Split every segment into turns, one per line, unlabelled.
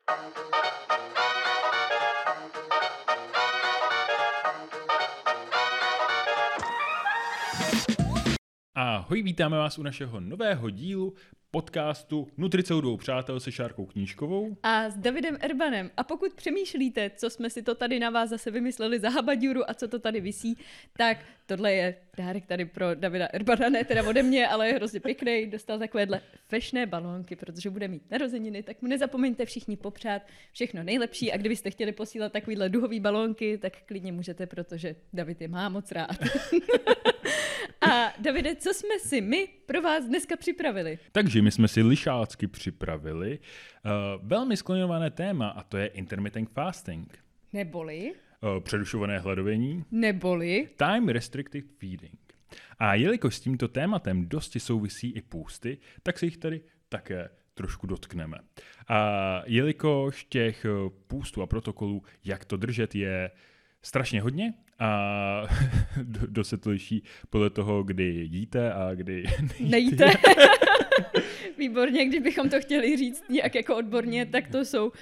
Ahoj, vítáme vás u našeho nového dílu podcastu Nutrice u dvou přátel se Šárkou Knížkovou
a s Davidem Erbanem. A pokud přemýšlíte, co jsme si to tady na vás zase vymysleli za habaďuru a co to tady visí, tak tohle je dárek tady pro Davida Erbana, ne teda ode mě, ale je hrozně pěkný. Dostal takovéhle fešné balónky, protože bude mít narozeniny, tak mu nezapomeňte všichni popřát všechno nejlepší a kdybyste chtěli posílat takovýhle duhový balónky, tak klidně můžete, protože David je má moc rád. A Davide, co jsme si my pro vás dneska připravili?
Takže my jsme si lišácky připravili velmi skloňované téma a to je intermittent fasting.
Neboli?
Přerušované hladovění.
Neboli?
Time restricted feeding. A jelikož s tímto tématem dosti souvisí i půsty, tak se jich tady také trošku dotkneme. A jelikož těch půstů a protokolů, jak to držet, je strašně hodně a dost se to liší podle toho, kdy jíte a kdy nejíte.
Výborně, když bychom to chtěli říct nějak jako odborně, tak to jsou,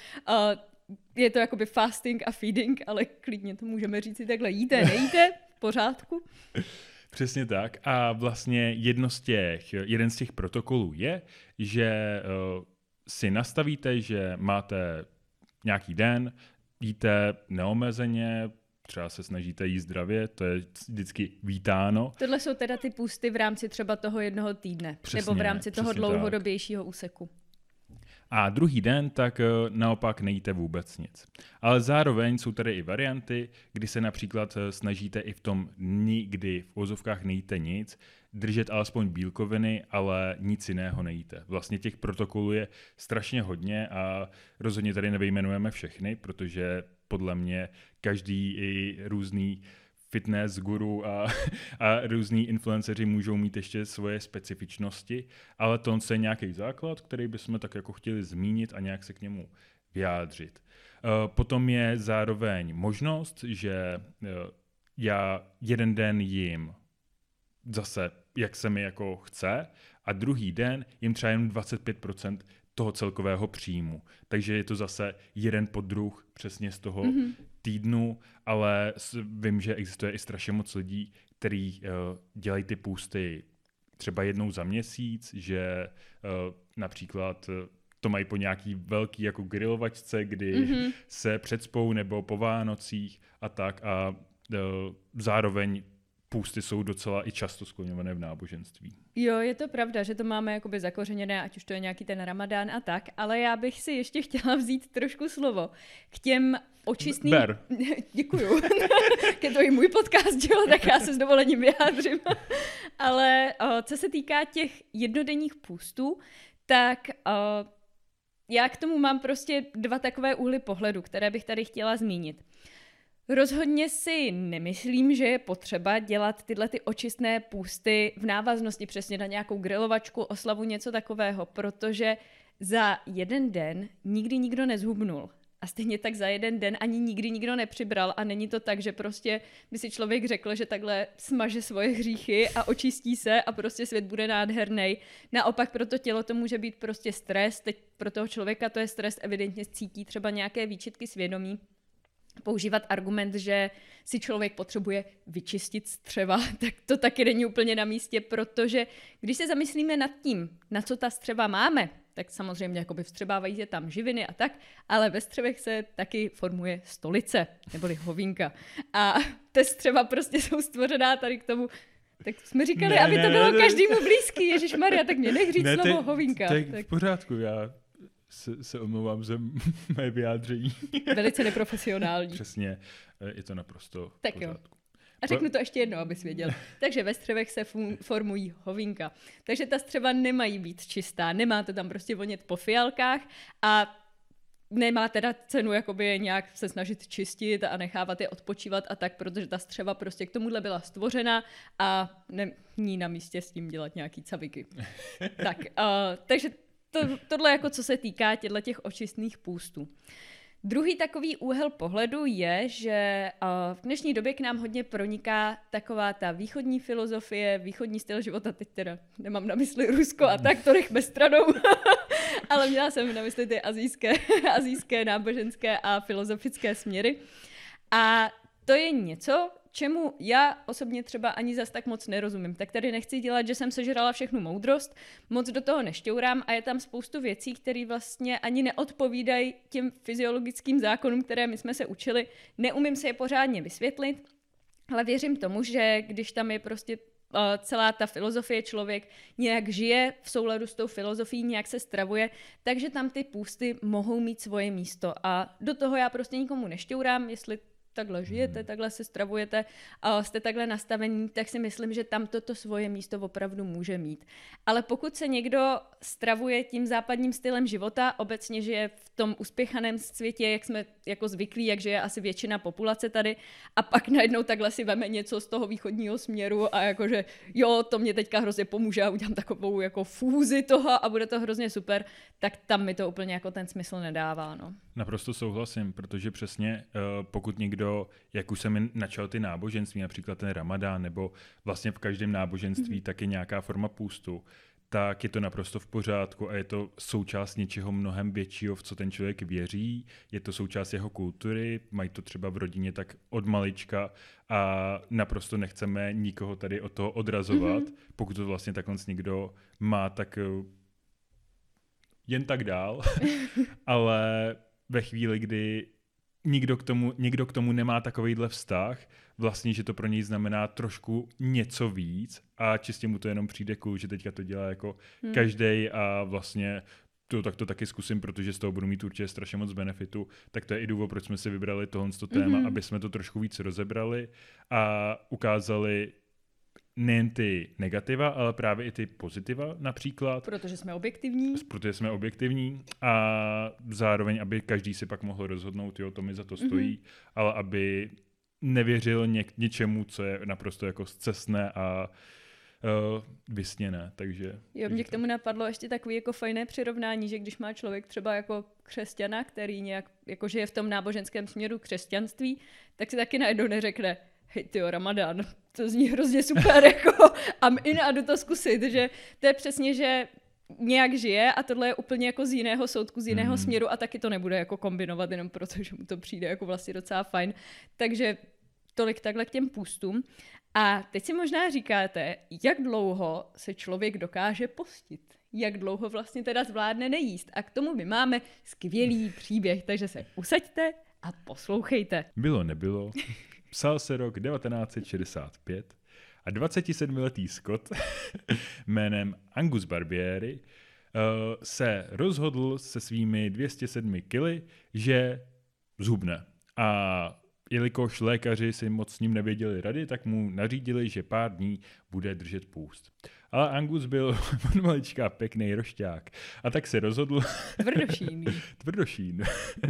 je to jakoby fasting a feeding, ale klidně to můžeme říct i takhle, jíte, nejíte, v pořádku.
Přesně tak a vlastně jeden z těch protokolů je, že si nastavíte, že máte nějaký den, jíte neomezeně, třeba se snažíte jíst zdravě, to je vždycky vítáno.
Tohle jsou teda ty půsty v rámci třeba toho jednoho týdne, nebo v rámci toho dlouhodobějšího úseku.
A druhý den tak naopak nejíte vůbec nic. Ale zároveň jsou tady i varianty, kdy se například snažíte i v tom dni, kdy v uvozovkách nejíte nic, držet alespoň bílkoviny, ale nic jiného nejíte. Vlastně těch protokolů je strašně hodně a rozhodně tady nevyjmenujeme všechny, protože podle mě každý i různý fitness guru a různý influenceři můžou mít ještě svoje specifičnosti, ale to je nějaký základ, který bychom tak jako chtěli zmínit a nějak se k němu vyjádřit. Potom je zároveň možnost, že já jeden den jim zase, jak se mi jako chce, a druhý den jim třeba jen 25% toho celkového příjmu. Takže je to zase jeden podruh přesně z toho týdnu, ale vím, že existuje i strašně moc lidí, kteří dělají ty půsty třeba jednou za měsíc, že například to mají po nějaký velký jako grilovačce, kdy se předspou nebo po Vánocích a tak a zároveň půsty jsou docela i často skloňované v náboženství.
Jo, je to pravda, že to máme jakoby zakořeněné, ať už to je nějaký ten ramadán a tak, ale já bych si ještě chtěla vzít trošku slovo k těm očistným...
Ber.
Děkuju. Ke to i můj podcast, jo, tak já se s dovolením vyjádřím. Ale co se týká těch jednodenních půstů, tak já k tomu mám prostě dva takové úhly pohledu, které bych tady chtěla zmínit. Rozhodně si nemyslím, že je potřeba dělat tyhle ty očistné půsty v návaznosti přesně na nějakou grilovačku, oslavu, něco takového, protože za jeden den nikdy nikdo nezhubnul. A stejně tak za jeden den ani nikdy nikdo nepřibral a není to tak, že prostě by si člověk řekl, že takhle smaže svoje hříchy a očistí se a prostě svět bude nádherný. Naopak pro to tělo to může být prostě stres, teď pro toho člověka to je stres, evidentně cítí třeba nějaké výčitky svědomí. Používat argument, že si člověk potřebuje vyčistit střeva, tak to taky není úplně na místě, protože když se zamyslíme nad tím, na co ta střeva máme, tak samozřejmě jakoby vstřebávají se tam živiny a tak, ale ve střevech se taky formuje stolice, neboli hovínka. A ty střeva prostě jsou stvořená tady k tomu, tak jsme říkali, aby to bylo každému blízký, ježišmarja, tak mě nech říct slovo hovínka.
Tak v pořádku, já se omlouvám za mé vyjádření.
Velice neprofesionální.
Přesně, je to naprosto
tak v pořádku. Jo. A řeknu to ještě jednou, abys věděl. Takže ve střevech se formují hovínka. Takže ta střeva nemají být čistá, nemáte tam prostě vonět po fialkách a nemá teda cenu jakoby nějak se snažit čistit a nechávat je odpočívat a tak, protože ta střeva prostě k tomuhle byla stvořena a není na místě s tím dělat nějaký caviky. Tak, takže tohle jako co se týká těch očistných půstů. Druhý takový úhel pohledu je, že v dnešní době k nám hodně proniká taková ta východní filozofie, východní styl života, teď teda nemám na mysli Rusko a tak, to nechme stranou, Ale měla jsem na mysli ty asijské náboženské a filozofické směry. A to je něco, čemu já osobně třeba ani zas tak moc nerozumím. Tak tady nechci dělat, že jsem sežrala všechnu moudrost, moc do toho nešťourám a je tam spoustu věcí, které vlastně ani neodpovídají těm fyziologickým zákonům, které my jsme se učili. Neumím se je pořádně vysvětlit, ale věřím tomu, že když tam je prostě celá ta filozofie, člověk nějak žije v souladu s tou filozofií, nějak se stravuje, takže tam ty půsty mohou mít svoje místo. A do toho já prostě nikomu nešťourám, jestli takhle žijete, takhle se stravujete a jste takhle nastavení, tak si myslím, že tam toto svoje místo opravdu může mít. Ale pokud se někdo stravuje tím západním stylem života, obecně žije v tom uspěchaném světě, jak jsme jako zvyklí, jak žije asi většina populace tady, a pak najednou takhle si veme něco z toho východního směru a jakože jo, to mě teďka hrozně pomůže a udělám takovou jako fúzi toho a bude to hrozně super, tak tam mi to úplně jako ten smysl nedává. No.
Naprosto souhlasím, protože přesně pokud někdo, jak už jsem načal ty náboženství, například ten Ramadán, nebo vlastně v každém náboženství taky nějaká forma půstu, tak je to naprosto v pořádku a je to součást něčeho mnohem většího, v co ten člověk věří, je to součást jeho kultury, mají to třeba v rodině tak od malička a naprosto nechceme nikoho tady od toho odrazovat, pokud to vlastně takhle někdo má, tak jen tak dál, ale ve chvíli, kdy někdo k tomu nemá takovejhle vztah, vlastně, že to pro něj znamená trošku něco víc a čistě mu to jenom přijde cool, že teďka to dělá jako každej a vlastně tak to taky zkusím, protože z toho budu mít určitě strašně moc benefitu, tak to je i důvod, proč jsme si vybrali tohle téma, aby jsme to trošku víc rozebrali a ukázali nejen ty negativa, ale právě i ty pozitiva například.
Protože jsme objektivní.
A zároveň, aby každý si pak mohl rozhodnout, jo, to mi za to stojí, ale aby nevěřil něčemu, co je naprosto jako scestné a vysněné, takže...
Jo, mě k tomu napadlo ještě takový jako fajné přirovnání, že když má člověk třeba jako křesťana, který nějak jako žije v tom náboženském směru křesťanství, tak si taky najednou neřekne, hej tyjo, Ramadán, to zní hrozně super, jako I'm in a jdu to zkusit, že to je přesně, že nějak žije a tohle je úplně jako z jiného soudku, z jiného směru a taky to nebude jako kombinovat jenom proto, že mu to přijde jako vlastně docela fajn. Takže tolik takhle k těm půstům. A teď si možná říkáte, jak dlouho se člověk dokáže postit? Jak dlouho vlastně teda zvládne nejíst? A k tomu my máme skvělý příběh, takže se usaďte a poslouchejte.
Bylo nebylo. Psal se rok 1965 a 27letý Scott jménem Angus Barbieri se rozhodl se svými 207 kily, že zhubne. A jelikož lékaři si moc s ním nevěděli rady, tak mu nařídili, že pár dní bude držet půst. Ale Angus byl od malička pěkný rošťák. A tak se rozhodl... Tvrdošín.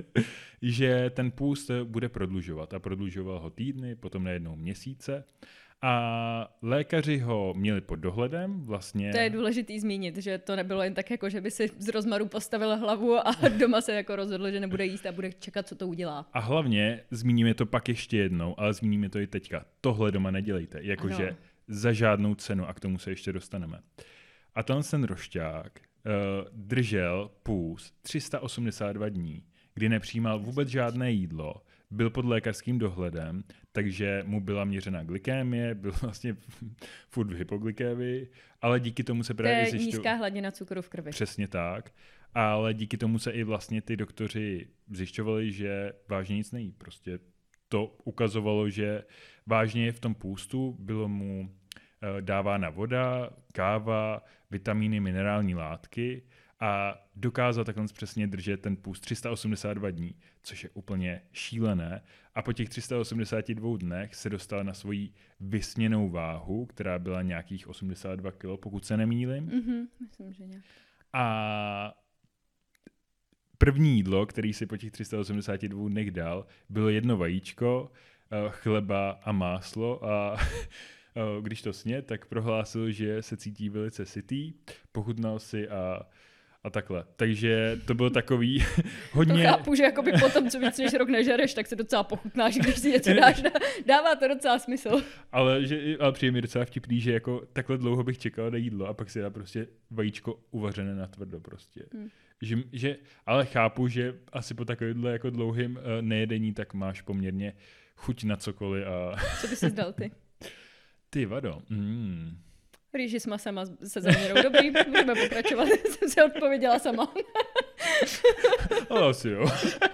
že ten půst bude prodlužovat. A prodlužoval ho týdny, potom najednou měsíce. A lékaři ho měli pod dohledem vlastně.
To je důležitý zmínit, že to nebylo jen tak jako, že by si z rozmaru postavil hlavu a doma se jako rozhodl, že nebude jíst a bude čekat, co to udělá.
A hlavně zmíníme to pak ještě jednou, ale zmíníme to i teďka. Tohle doma nedělejte, jakože za žádnou cenu a k tomu se ještě dostaneme. A ten rošťák držel půst 382 dní, kdy nepřijímal vůbec žádné jídlo, byl pod lékařským dohledem, takže mu byla měřena glykémie, byl vlastně furt v hypoglykémii, ale díky tomu se právě
zjišťovalo... To je nízká hladina cukru v krvi.
Přesně tak. Ale díky tomu se i vlastně ty doktoři zjišťovali, že vážně nic nejí. Prostě to ukazovalo, že vážně je v tom půstu, bylo mu dávána voda, káva, vitamíny, minerální látky a dokázal takhle přesně držet ten půst 382 dní, což je úplně šílené. A po těch 382 dnech se dostal na svoji vysněnou váhu, která byla nějakých 82 kg, pokud se nemýlím.
Myslím, že nějak.
A první jídlo, který si po těch 382 dnech dal, bylo jedno vajíčko, chleba a máslo a když to sně, tak prohlásil, že se cítí velice sytý, pochutnal si a takhle. Takže to bylo takový hodně...
To chápu, že jakoby potom, co víc než rok nežereš, tak se docela pochutnáš, když si něco dáš. Dává to docela smysl.
Ale přijde mi docela vtipný, že jako takhle dlouho bych čekal na jídlo a pak si dá prostě vajíčko uvařené na tvrdo prostě. Ale chápu, že asi po takovémhle jako dlouhým nejedení tak máš poměrně chuť na cokoliv.
Co by si dal ty?
Ty vado.
Rýži s masem a se záměrou. Dobrý, můžeme pokračovat. Jsem si odpověděla sama.
Asi jo.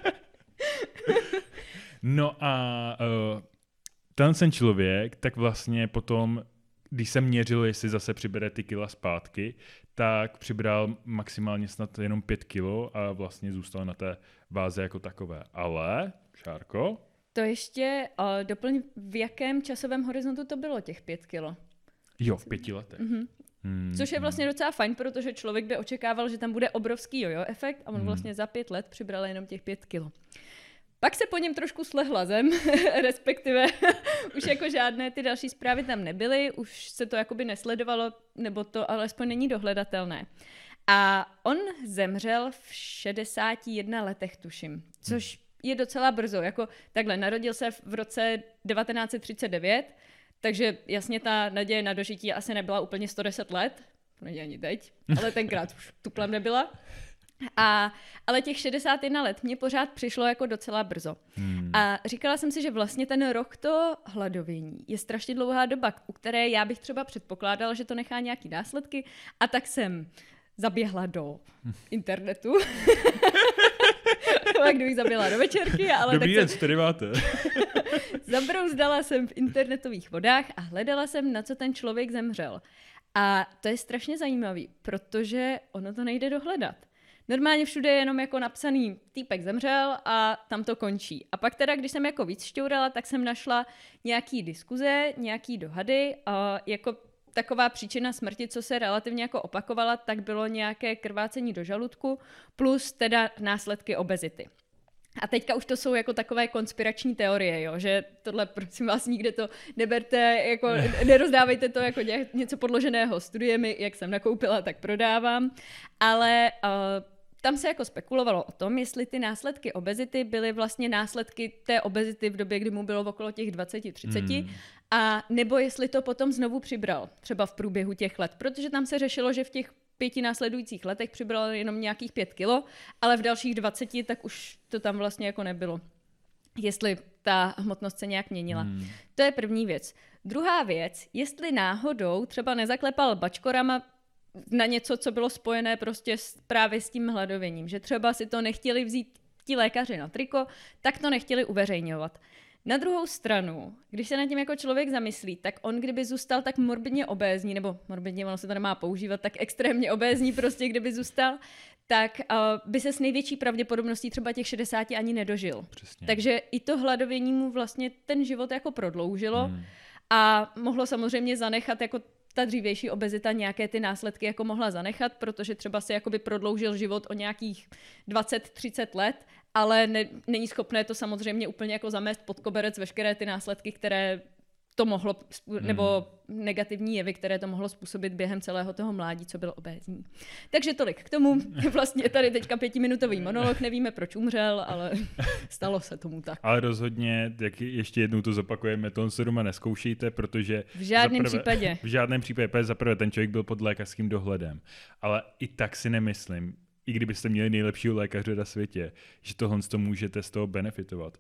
No a ten člověk, tak vlastně potom, když se měřil, jestli zase přibere ty kila zpátky, tak přibral maximálně snad jenom 5 kilo a vlastně zůstal na té váze jako takové. Ale, Šárko?
To ještě doplň, v jakém časovém horizontu to bylo těch 5 kilo?
Jo, v 5 letech.
Což je vlastně docela fajn, protože člověk by očekával, že tam bude obrovský jojo efekt a on vlastně za 5 let přibral jenom těch 5 kilo. Pak se po něm trošku slehla zem, respektive už jako žádné ty další zprávy tam nebyly, už se to jakoby nesledovalo, nebo to alespoň není dohledatelné. A on zemřel v 61 letech, tuším, což je docela brzo. Jako takhle, narodil se v roce 1939, takže jasně ta naděje na dožití asi nebyla úplně 110 let, to není ani teď, ale tenkrát už tuplem nebyla. Ale těch 61 let mě pořád přišlo jako docela brzo. A říkala jsem si, že vlastně ten rok to hladovění je strašně dlouhá doba, u které já bych třeba předpokládala, že to nechá nějaký následky, a tak jsem zaběhla do internetu. Kdybych zaběhla do večerky, ale
dobrý den, co tady máte?
Zabrouzdala jsem v internetových vodách a hledala jsem, na co ten člověk zemřel. A to je strašně zajímavý, protože ono to nejde dohledat. Normálně všude je jenom jako napsaný týpek zemřel a tam to končí. A pak teda, když jsem jako víc šťourala, tak jsem našla nějaký diskuze, nějaký dohady a jako taková příčina smrti, co se relativně jako opakovala, tak bylo nějaké krvácení do žaludku plus teda následky obezity. A teďka už to jsou jako takové konspirační teorie, jo? Že tohle, prosím vás, nikde to neberte, jako nerozdávejte to jako něco podloženého studiemi, jak jsem nakoupila, tak prodávám, ale tam se jako spekulovalo o tom, jestli ty následky obezity byly vlastně následky té obezity v době, kdy mu bylo okolo těch 20-30, a nebo jestli to potom znovu přibral, třeba v průběhu těch let, protože tam se řešilo, že v těch 5 následujících letech přibral jenom nějakých 5 kilo, ale v dalších 20 tak už to tam vlastně jako nebylo. Jestli ta hmotnost se nějak měnila. To je první věc. Druhá věc, jestli náhodou třeba nezaklepal bačkorama na něco, co bylo spojené prostě právě s tím hladověním, že třeba si to nechtěli vzít ti lékaři na triko, tak to nechtěli uveřejňovat. Na druhou stranu, když se nad tím jako člověk zamyslí, tak on kdyby zůstal tak morbidně obézní, nebo morbidně, ono se to nemá používat, tak extrémně obézní prostě, kdyby zůstal, tak by se s největší pravděpodobností třeba těch 60 ani nedožil.
Přesně.
Takže i to hladovění mu vlastně ten život jako prodloužilo a mohlo samozřejmě zanechat jako ta dřívější obezita nějaké ty následky jako mohla zanechat, protože třeba si jakoby prodloužil život o nějakých 20-30 let, ale není schopné to samozřejmě úplně jako zamést pod koberec veškeré ty následky, které to mohlo, nebo negativní jevy, které to mohlo způsobit během celého toho mládí, co bylo obézní. Takže tolik k tomu. Vlastně tady teďka 5minutový monolog, nevíme, proč umřel, ale stalo se tomu tak.
Ale rozhodně, jak ještě jednou to zopakujeme, to se doma neskoušejte, protože
v žádném případě.
V žádném případě, protože zaprvé ten člověk byl pod lékařským dohledem. Ale i tak si nemyslím, i kdybyste měli nejlepšího lékaře na světě, že tohle můžete z toho benefitovat.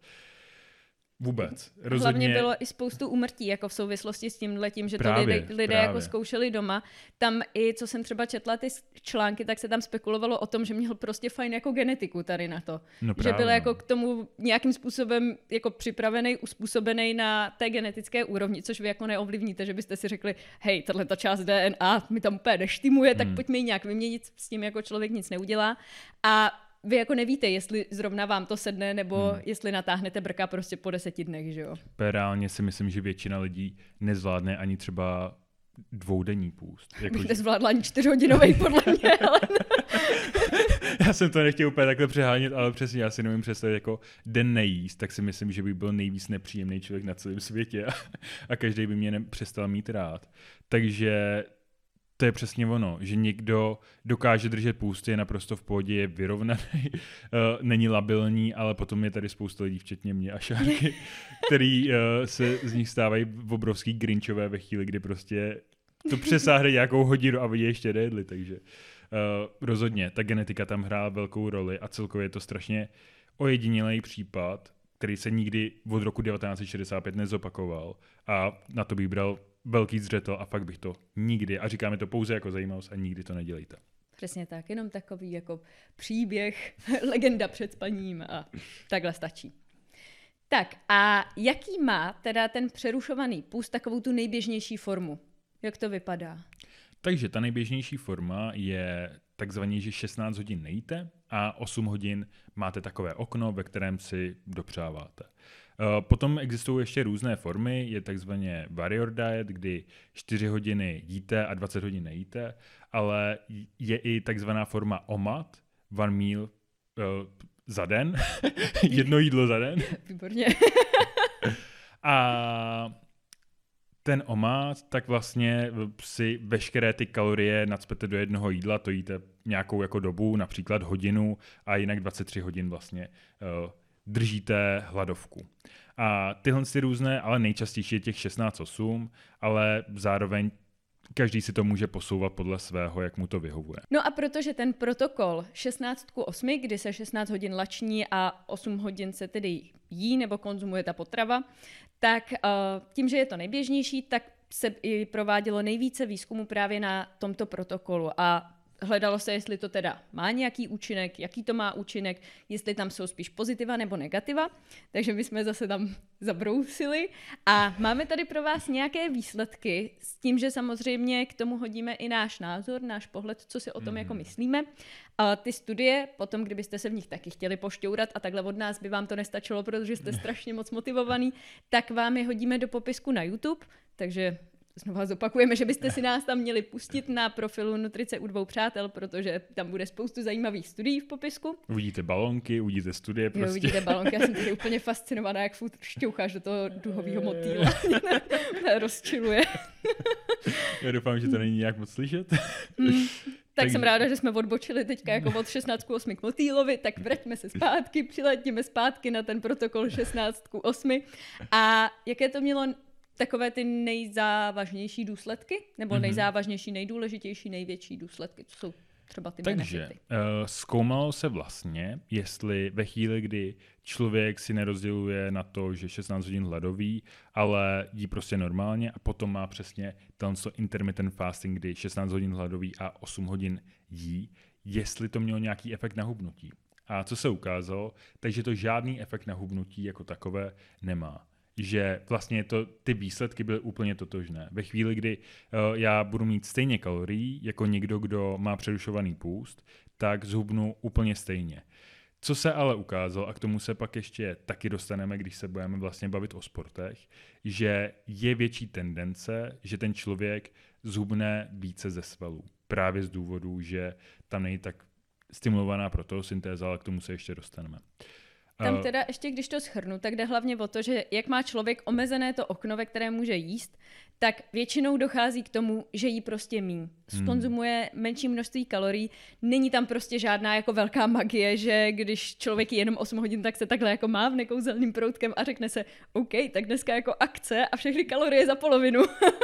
Vůbec. Rozhodně...
Hlavně bylo i spoustu úmrtí, jako v souvislosti s tímhletím, že právě, to lidé jako zkoušeli doma. Tam i, co jsem třeba četla ty články, tak se tam spekulovalo o tom, že měl prostě fajn jako genetiku tady na to.
No
že byl jako k tomu nějakým způsobem jako připravený, uspůsobený na té genetické úrovni, což vy jako neovlivníte, že byste si řekli, hej, tato část DNA mi tam úplně neštymuje, tak pojďme ji nějak vyměnit, s tím jako člověk nic neudělá. A vy jako nevíte, jestli zrovna vám to sedne, nebo jestli natáhnete brka prostě po 10 dnech, že jo?
Reálně si myslím, že většina lidí nezvládne ani třeba 2denní půst.
Jako bych nezvládla ani 4hodinovej, podle mě. Ale...
Já jsem to nechtěl úplně takhle přehánět, ale přesně já si nemůžu představit jako den nejíst, tak si myslím, že bych byl nejvíc nepříjemný člověk na celém světě a každý by mě přestal mít rád. Takže to je přesně ono, že někdo dokáže držet půst, je naprosto v pohodě, je vyrovnaný, není labilní, ale potom je tady spousta lidí, včetně mě a Šárky, který se z nich stávají obrovský grinčové ve chvíli, kdy prostě to přesáhne nějakou hodinu a oni ještě nejedli, takže rozhodně ta genetika tam hrála velkou roli a celkově je to strašně ojedinělý případ, který se nikdy od roku 1965 nezopakoval a na to bych bral velký zřetel a fakt bych to nikdy, a říkáme to pouze jako zajímavost a nikdy to nedělejte.
Přesně tak, jenom takový jako příběh, legenda před spaním a takhle stačí. Tak a jaký má teda ten přerušovaný půst takovou tu nejběžnější formu? Jak to vypadá?
Takže ta nejběžnější forma je takzvaně, že 16 hodin nejíte a 8 hodin máte takové okno, ve kterém si dopřáváte. Potom existují ještě různé formy, je takzvaně warrior diet, kdy 4 hodiny jíte a 20 hodin nejíte, ale je i takzvaná forma OMAD, one meal za den, jedno jídlo za den.
Výborně.
A ten OMAD, tak vlastně si veškeré ty kalorie nacpete do jednoho jídla, to jíte nějakou jako dobu, například hodinu a jinak 23 hodin vlastně držíte hladovku. A tyhle ty různé, ale nejčastější je těch 16-8, ale zároveň každý si to může posouvat podle svého, jak mu to vyhovuje.
No a protože ten protokol 16:8, kdy se 16 hodin lační a 8 hodin se tedy jí nebo konzumuje ta potrava, tak tím, že je to nejběžnější, tak se i provádělo nejvíce výzkumu právě na tomto protokolu a hledalo se, jestli to teda má nějaký účinek, jaký to má účinek, jestli tam jsou spíš pozitiva nebo negativa. Takže my jsme zase tam zabrousili a máme tady pro vás nějaké výsledky s tím, že samozřejmě k tomu hodíme i náš názor, náš pohled, co si o tom jako myslíme. A ty studie, potom, kdybyste se v nich taky chtěli pošťourat a takhle od nás by vám to nestačilo, protože jste strašně moc motivovaný, tak vám je hodíme do popisku na YouTube, takže znova zopakujeme, že byste si nás tam měli pustit na profilu Nutrice u dvou přátel, protože tam bude spoustu zajímavých studií v popisku.
Uvidíte balonky, uvidíte studie prostě.
Jo, uvidíte balonky, já jsem tady úplně fascinovaná, jak furt šťoucháš do toho duhového motýla. Rozčiluje.
Já doufám, že to není nějak moc slyšet.
Tak jsem ráda, že jsme odbočili teďka jako od 16:8 k motýlovi, tak vraťme se zpátky, přiletíme zpátky na ten protokol 16:8. A jaké to mělo takové ty nejzávažnější důsledky? Nebo nejzávažnější, nejdůležitější, největší důsledky? Co jsou třeba ty benefity?
Takže zkoumalo se vlastně, jestli ve chvíli, kdy člověk si nerozděluje na to, že 16 hodin hladový, ale jí prostě normálně a potom má přesně tenhle intermittent fasting, kdy 16 hodin hladový a 8 hodin jí, jestli to mělo nějaký efekt na hubnutí. A co se ukázalo, takže to žádný efekt na hubnutí jako takové nemá. Že vlastně ty výsledky byly úplně totožné. Ve chvíli, kdy já budu mít stejně kalorií jako někdo, kdo má přerušovaný půst, tak zhubnu úplně stejně. Co se ale ukázalo, a k tomu se pak ještě taky dostaneme, když se budeme vlastně bavit o sportech, že je větší tendence, že ten člověk zhubne více ze svalů. Právě z důvodu, že tam není tak stimulovaná protosyntéza, ale k tomu se ještě dostaneme.
Tam teda ještě, když to shrnu, tak jde hlavně o to, že jak má člověk omezené to okno, ve kterém může jíst, tak většinou dochází k tomu, že jí prostě míň. Skonzumuje menší množství kalorií, není tam prostě žádná jako velká magie, že když člověk je jenom 8 hodin, tak se takhle jako mávne kouzelným proutkem a řekne se, OK, tak dneska jako akce a všechny kalorie za polovinu.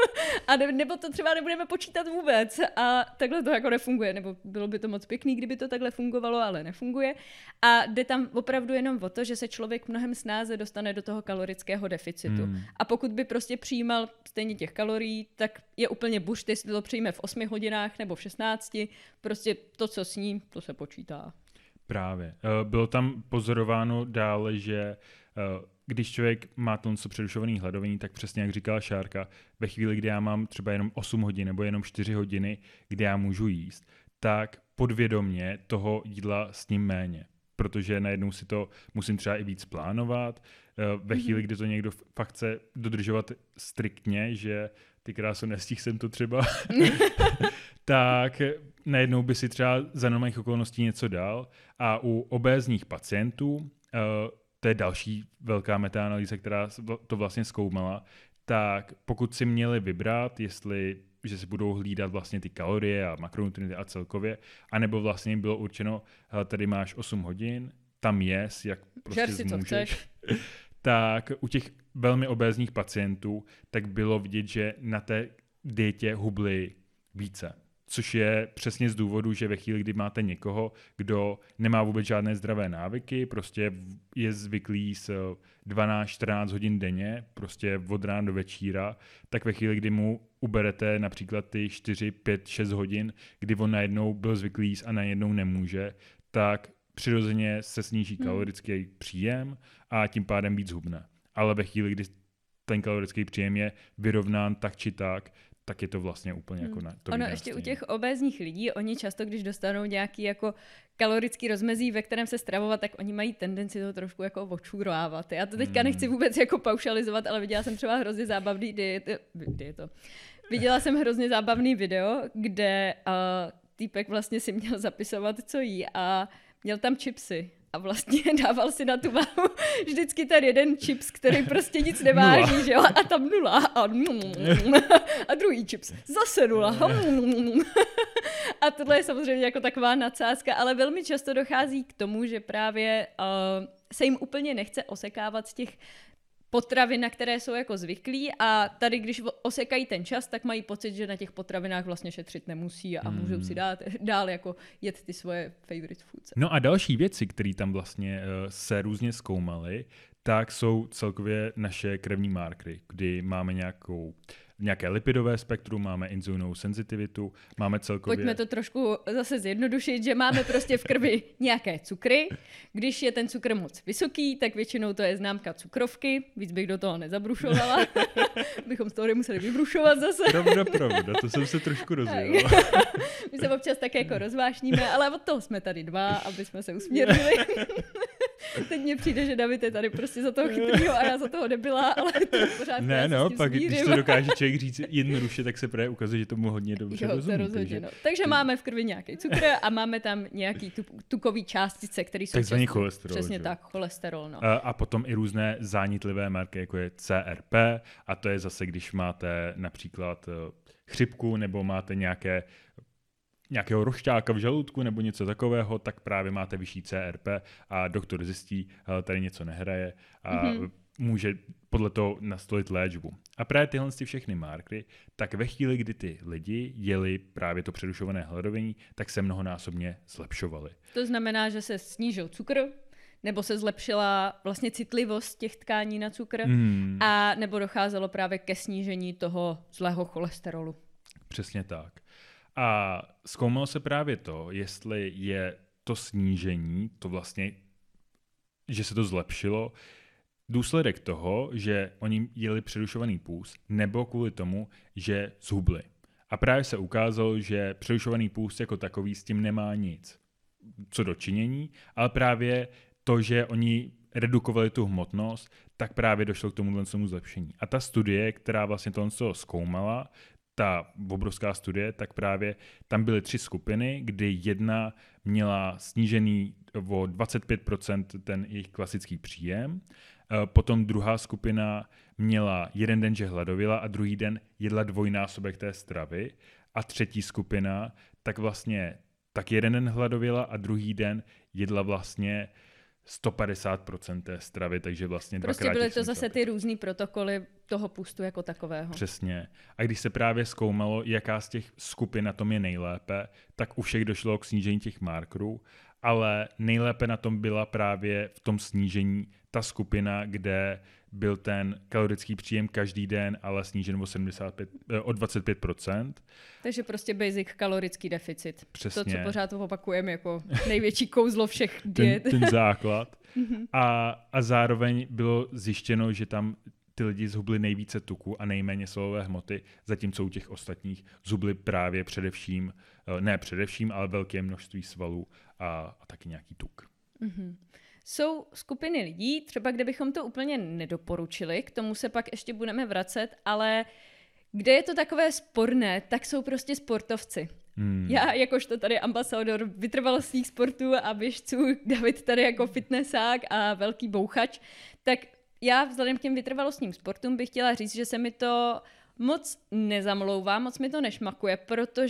A nebo to třeba nebudeme počítat vůbec a takhle to jako nefunguje, nebo bylo by to moc pěkný, kdyby to takhle fungovalo, ale nefunguje. A jde tam opravdu jenom o to, že se člověk mnohem snáze dostane do toho kalorického deficitu. A pokud by prostě přijímal stejně těch kalorií, tak je úplně bušt, jestli to přijme v 8 hodinách nebo v 16, prostě to, co sní, to se počítá.
Právě. Bylo tam pozorováno dále, že když člověk má to přerušovaný hladovění, tak přesně jak říkala Šárka, ve chvíli, kdy já mám třeba jenom 8 hodin nebo jenom 4 hodiny, kdy já můžu jíst, tak podvědomě toho jídla sním méně. Protože najednou si to musím třeba i víc plánovat. Ve chvíli, kdy to někdo fakt chce dodržovat striktně, že ty kráso, nestihl jsem to třeba, tak najednou by si třeba za normálních okolností něco dal. A u obézních pacientů, to je další velká metaanalýza, která to vlastně zkoumala, tak pokud si měli vybrat, že si budou hlídat vlastně ty kalorie a makronutrienty a celkově, anebo vlastně bylo určeno, tady máš 8 hodin, tam jes, jak prostě
si
zmůžeš. Tak u těch velmi obézních pacientů tak bylo vidět, že na té dietě hubli více, což je přesně z důvodu, že ve chvíli, kdy máte někoho, kdo nemá vůbec žádné zdravé návyky, prostě je zvyklý s 12-14 hodin denně, prostě od rána do večíra, tak ve chvíli, kdy mu uberete například ty 4, 5, 6 hodin, kdy on najednou byl zvyklý jíst a najednou nemůže, tak přirozeně se sníží kalorický příjem a tím pádem víc hubne. Ale ve chvíli, kdy ten kalorický příjem je vyrovnán tak či tak je to vlastně úplně jako na to.
Ono ještě u těch obézních lidí, oni často, když dostanou nějaký jako kalorický rozmezí, ve kterém se stravovat, tak oni mají tendenci to trošku jako očurávat. Já to teďka nechci vůbec jako paušalizovat, ale viděla jsem třeba hrozně zábavný Viděla jsem hrozně zábavný video, kde týpek vlastně si měl zapisovat, co jí a měl tam chipsy. A vlastně dával si na tu váhu vždycky ten jeden chips, který prostě nic neváží, že jo? A tam 0 a druhý chips, zase 0. A tohle je samozřejmě jako taková nadsázka, ale velmi často dochází k tomu, že právě se jim úplně nechce osekávat z těch potravin, na které jsou jako zvyklí a tady, když osekají ten čas, tak mají pocit, že na těch potravinách vlastně šetřit nemusí a můžou si dál jako jet ty svoje favorite foods.
No a další věci, které tam vlastně se různě zkoumaly, tak jsou celkově naše krevní markery, kdy máme nějaké lipidové spektrum, máme inzulinovou senzitivitu, máme celkově...
Pojďme to trošku zase zjednodušit, že máme prostě v krvi nějaké cukry. Když je ten cukr moc vysoký, tak většinou to je známka cukrovky. Víc bych do toho nezabrušovala. Bychom z toho nemuseli vybrušovat zase.
Pravda, to jsem se trošku rozvěděla.
My se občas tak jako rozvášníme, ale od toho jsme tady dva, aby jsme se usměrnili. Teď mně přijde, že David je tady prostě za toho chytrýho a já za toho nebyla, ale to je pořád.
Ne, no, pak když to dokáže člověk říct jednoduše, tak se právě ukazuje, že tomu hodně dobře rozumí.
Rozhodně, no. Takže máme v krvi nějaký cukr a máme tam nějaký tukový částice, které jsou
takzvaný cholesterol.
Přesně tak, cholesterol. No.
A potom i různé zánitlivé marky, jako je CRP, a to je zase, když máte například chřipku nebo máte nějakého rošťáka v žaludku nebo něco takového, tak právě máte vyšší CRP a doktor zjistí, tady něco nehraje a může podle toho nastolit léčbu. A právě tyhle všechny markery, tak ve chvíli, kdy ty lidi jeli právě to přerušované hladovění, tak se mnohonásobně zlepšovali.
To znamená, že se snížil cukr, nebo se zlepšila vlastně citlivost těch tkání na cukr, a nebo docházelo právě ke snížení toho zlého cholesterolu.
Přesně tak. A zkoumalo se právě to, jestli je to snížení, to vlastně, že se to zlepšilo, důsledek toho, že oni jeli přerušovaný půst, nebo kvůli tomu, že zhubli. A právě se ukázalo, že přerušovaný půst jako takový s tím nemá nic co do činění, ale právě to, že oni redukovali tu hmotnost, tak právě došlo k tomuhle zlepšení. A ta studie, která vlastně tohle zkoumala, ta obrovská studie, tak právě tam byly 3 skupiny, kdy jedna měla snížený o 25% ten jejich klasický příjem, potom druhá skupina měla jeden den, že hladověla a druhý den jedla dvojnásobek té stravy a třetí skupina tak vlastně tak jeden den hladověla a druhý den jedla vlastně 150% té stravy, takže vlastně
prostě
dvakrát.
Byly to zase ty různý protokoly toho pustu jako takového.
Přesně. A když se právě zkoumalo, jaká z těch skupin na tom je nejlépe, tak u všech došlo k snížení těch markerů, ale nejlépe na tom byla právě v tom snížení ta skupina, kde byl ten kalorický příjem každý den, ale snížen o 25%. Takže
prostě basic kalorický deficit.
Přesně.
To, co pořád opakujeme jako největší kouzlo všech diet.
ten základ. A zároveň bylo zjištěno, že tam ty lidi zhubli nejvíce tuku a nejméně svalové hmoty, zatímco u těch ostatních zhubli právě především, ale velké množství svalů a taky nějaký tuk.
Jsou skupiny lidí, třeba kde bychom to úplně nedoporučili, k tomu se pak ještě budeme vracet, ale kde je to takové sporné, tak jsou prostě sportovci. Já jakožto tady ambasador vytrvalostních sportů a běžců, David tady jako fitnessák a velký bouchač, tak já vzhledem k těm vytrvalostním sportům bych chtěla říct, že se mi to moc nezamlouvá, moc mi to nešmakuje, protože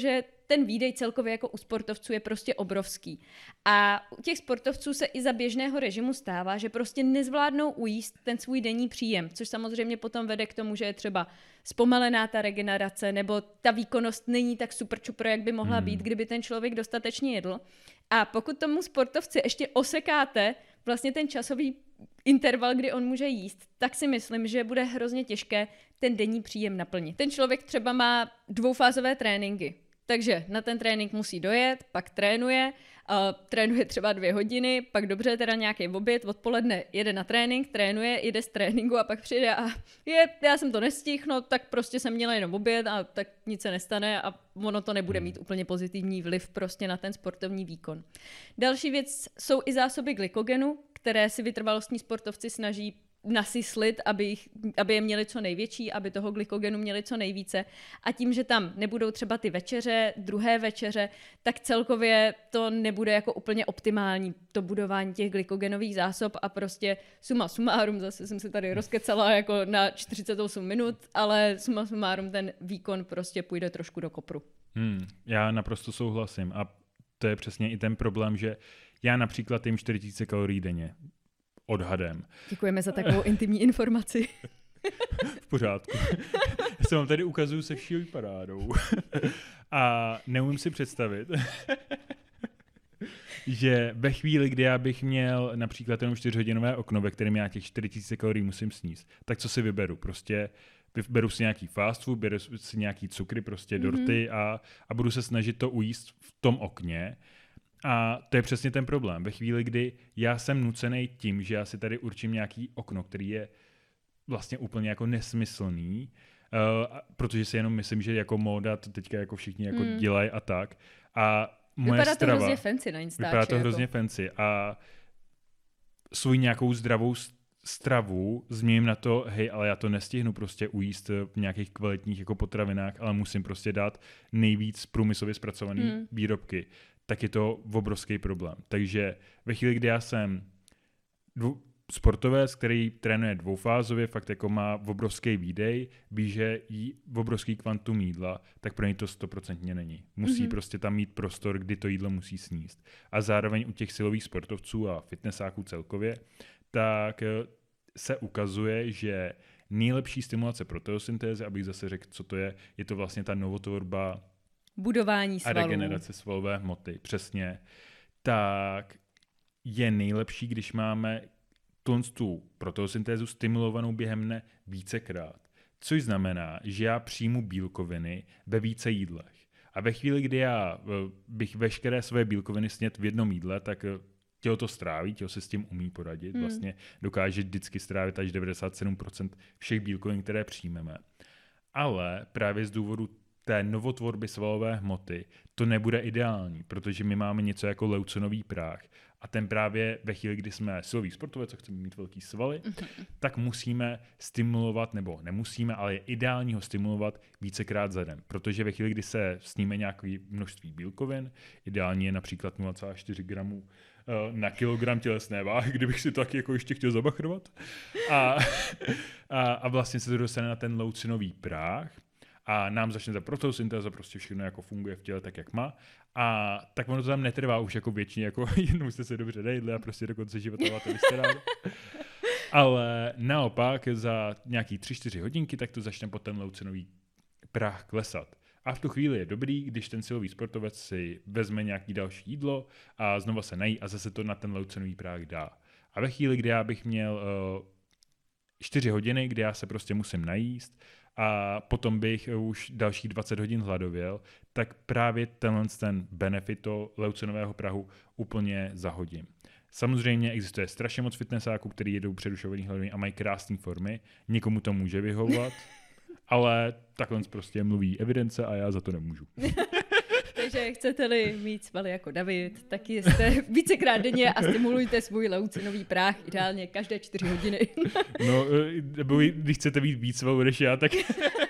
ten výdej celkově jako u sportovců je prostě obrovský. A u těch sportovců se i za běžného režimu stává, že prostě nezvládnou ujíst ten svůj denní příjem, což samozřejmě potom vede k tomu, že je třeba zpomalená ta regenerace, nebo ta výkonnost není tak super čupro, jak by mohla být, kdyby ten člověk dostatečně jedl. A pokud tomu sportovci ještě osekáte vlastně ten časový interval, kdy on může jíst, tak si myslím, že bude hrozně těžké ten denní příjem naplnit. Ten člověk třeba má dvoufázové tréninky, takže na ten trénink musí dojet, pak trénuje třeba 2 hodiny, pak dobře teda nějaký oběd, odpoledne jede na trénink, trénuje, jede z tréninku a pak přijde a já jsem to nestihl, no tak prostě jsem měla jenom oběd a tak nic se nestane a ono to nebude mít úplně pozitivní vliv prostě na ten sportovní výkon. Další věc jsou i zásoby glykogenu, které si vytrvalostní sportovci snaží nasyslit, aby je měli co největší, aby toho glykogenu měli co nejvíce. A tím, že tam nebudou třeba ty večeře, druhé večeře, tak celkově to nebude jako úplně optimální, to budování těch glykogenových zásob a prostě suma sumárum, zase jsem se tady rozkecala jako na 48 minut, ale suma sumárum ten výkon prostě půjde trošku do kopru.
Já naprosto souhlasím a to je přesně i ten problém, že já například jim 4000 kalorií denně. Odhadem.
Děkujeme za takovou intimní informaci.
V pořádku. Já se vám tady ukazuju se vší parádou. A neumím si představit, že ve chvíli, kdy já bych měl například jenom 4hodinové okno, ve kterém já těch 4000 kalorií musím sníst, tak co si vyberu? Prostě beru si nějaký fast food, beru si nějaký cukry, prostě dorty a budu se snažit to ujíst v tom okně. A to je přesně ten problém. Ve chvíli, kdy já jsem nucený tím, že já si tady určím nějaký okno, který je vlastně úplně jako nesmyslný, protože si jenom myslím, že jako móda to teďka jako všichni jako dělají a tak. A moje
vypadá
strava,
to hrozně fancy na Instači.
Vypadá to hrozně fancy a svůj nějakou zdravou stravu změním na to, hej, ale já to nestihnu prostě ujíst v nějakých kvalitních jako potravinách, ale musím prostě dát nejvíc průmyslově zpracované výrobky, tak je to obrovský problém. Takže ve chvíli, kdy já jsem sportovec, který trénuje dvoufázově, fakt jako má obrovský výdej, ví, že jí obrovský kvantum jídla, tak pro něj to 100% není. Musí prostě tam mít prostor, kdy to jídlo musí sníst. A zároveň u těch silových sportovců a fitnessáků celkově, tak se ukazuje, že nejlepší stimulace proteosyntézy, abych zase řekl, co to je to vlastně ta novotvorba
budování svalů.
A regenerace svalové hmoty, přesně. Tak je nejlepší, když máme tu proteosyntézu stimulovanou během dne vícekrát. Což znamená, že já přijmu bílkoviny ve více jídlech. A ve chvíli, kdy já bych veškeré své bílkoviny snědl v jednom jídle, tak tělo to stráví, tělo se s tím umí poradit. Vlastně dokáže vždycky strávit až 97% všech bílkovin, které přijmeme. Ale právě z důvodu té novotvorby svalové hmoty to nebude ideální, protože my máme něco jako leuconový práh a ten právě ve chvíli, kdy jsme silový sportovec, co chceme mít velký svaly, tak musíme stimulovat, nebo nemusíme, ale je ideální ho stimulovat vícekrát za den, protože ve chvíli, kdy se sníme nějaké množství bílkovin, ideální je například 0,4 gramů na kilogram tělesné váhy, kdybych si to taky jako ještě chtěl zabachrovat. A vlastně se to dostane na ten leucinový práh, a nám začne ta protosyntéza, prostě všechno jako funguje v těle tak, jak má. A tak ono to tam netrvá už jako většině, jako jednou jste se dobře nejedli a prostě do konce života máte vystaráno. Ale naopak za nějaký 3-4 hodinky, tak to začne potom leucinový práh klesat. A v tu chvíli je dobrý, když ten silový sportovec si vezme nějaký další jídlo a znova se nají a zase to na ten leucinový práh dá. A ve chvíli, kdy já bych měl 4 hodiny, kdy já se prostě musím najíst, a potom bych už dalších 20 hodin hladověl, tak právě ten benefit leucinového prahu úplně zahodím. Samozřejmě existuje strašně moc fitnessáků, kteří jedou přerušovaný hladovění a mají krásné formy. Někomu to může vyhovovat, ale takhle prostě mluví evidence a já za to nemůžu.
Takže chcete-li mít svaly jako David, tak jste vícekrát denně a stimulujte svůj leucinový práh, ideálně každé 4 hodiny.
No, když chcete mít víc svalů než já, tak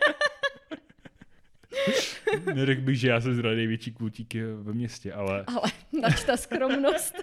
neřekl bych, že já jsem zrovna největší klutík ve městě, ale
nač ta skromnost.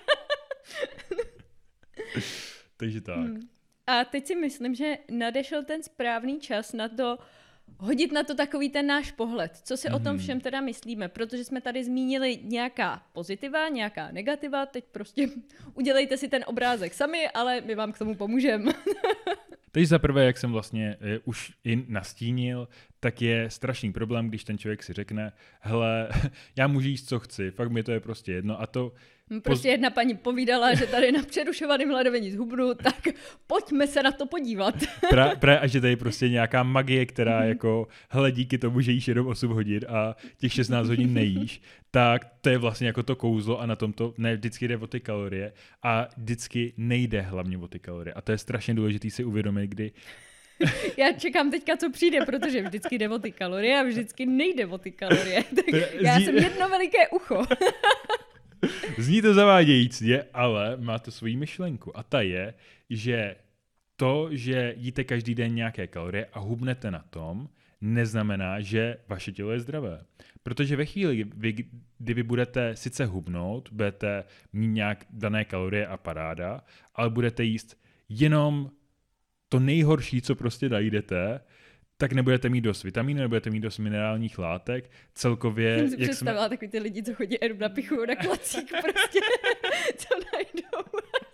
Takže tak.
A teď si myslím, že nadešel ten správný čas na to hodit na to takový ten náš pohled, co si o tom všem teda myslíme, protože jsme tady zmínili nějaká pozitiva, nějaká negativa, teď prostě udělejte si ten obrázek sami, ale my vám k tomu pomůžeme.
Takže za prvé, jak jsem vlastně už i nastínil, tak je strašný problém, když ten člověk si řekne, hele, já můžu jíst, co chci, fakt mi to je prostě jedno a to...
Prostě jedna paní povídala, že tady na přerušovaném hladovění zhubnu, tak pojďme se na to podívat.
A že tady je prostě nějaká magie, která jako, hele, díky tomu, že jíš jenom 8 hodin a těch 16 hodin nejíš, tak to je vlastně jako to kouzlo a na tom to ne vždycky jde o ty kalorie a vždycky nejde hlavně o ty kalorie. A to je strašně důležité si uvědomit, kdy...
Já čekám teďka, co přijde, protože vždycky jde o ty kalorie a vždycky nejde o ty kalorie. Tak já jsem jedno veliké ucho.
Zní to zavádějícně, ale má to svoji myšlenku. A ta je, že to, že jíte každý den nějaké kalorie a hubnete na tom, neznamená, že vaše tělo je zdravé. Protože ve chvíli, kdy vy budete sice hubnout, budete mít nějak dané kalorie a paráda, ale budete jíst jenom to nejhorší, co prostě najdete, tak nebudete mít dost vitamínů, nebudete mít dost minerálních látek. Celkově...
Jsem si představila takový ty lidi, co chodí jenom na pichu, na klacík prostě, co najdou.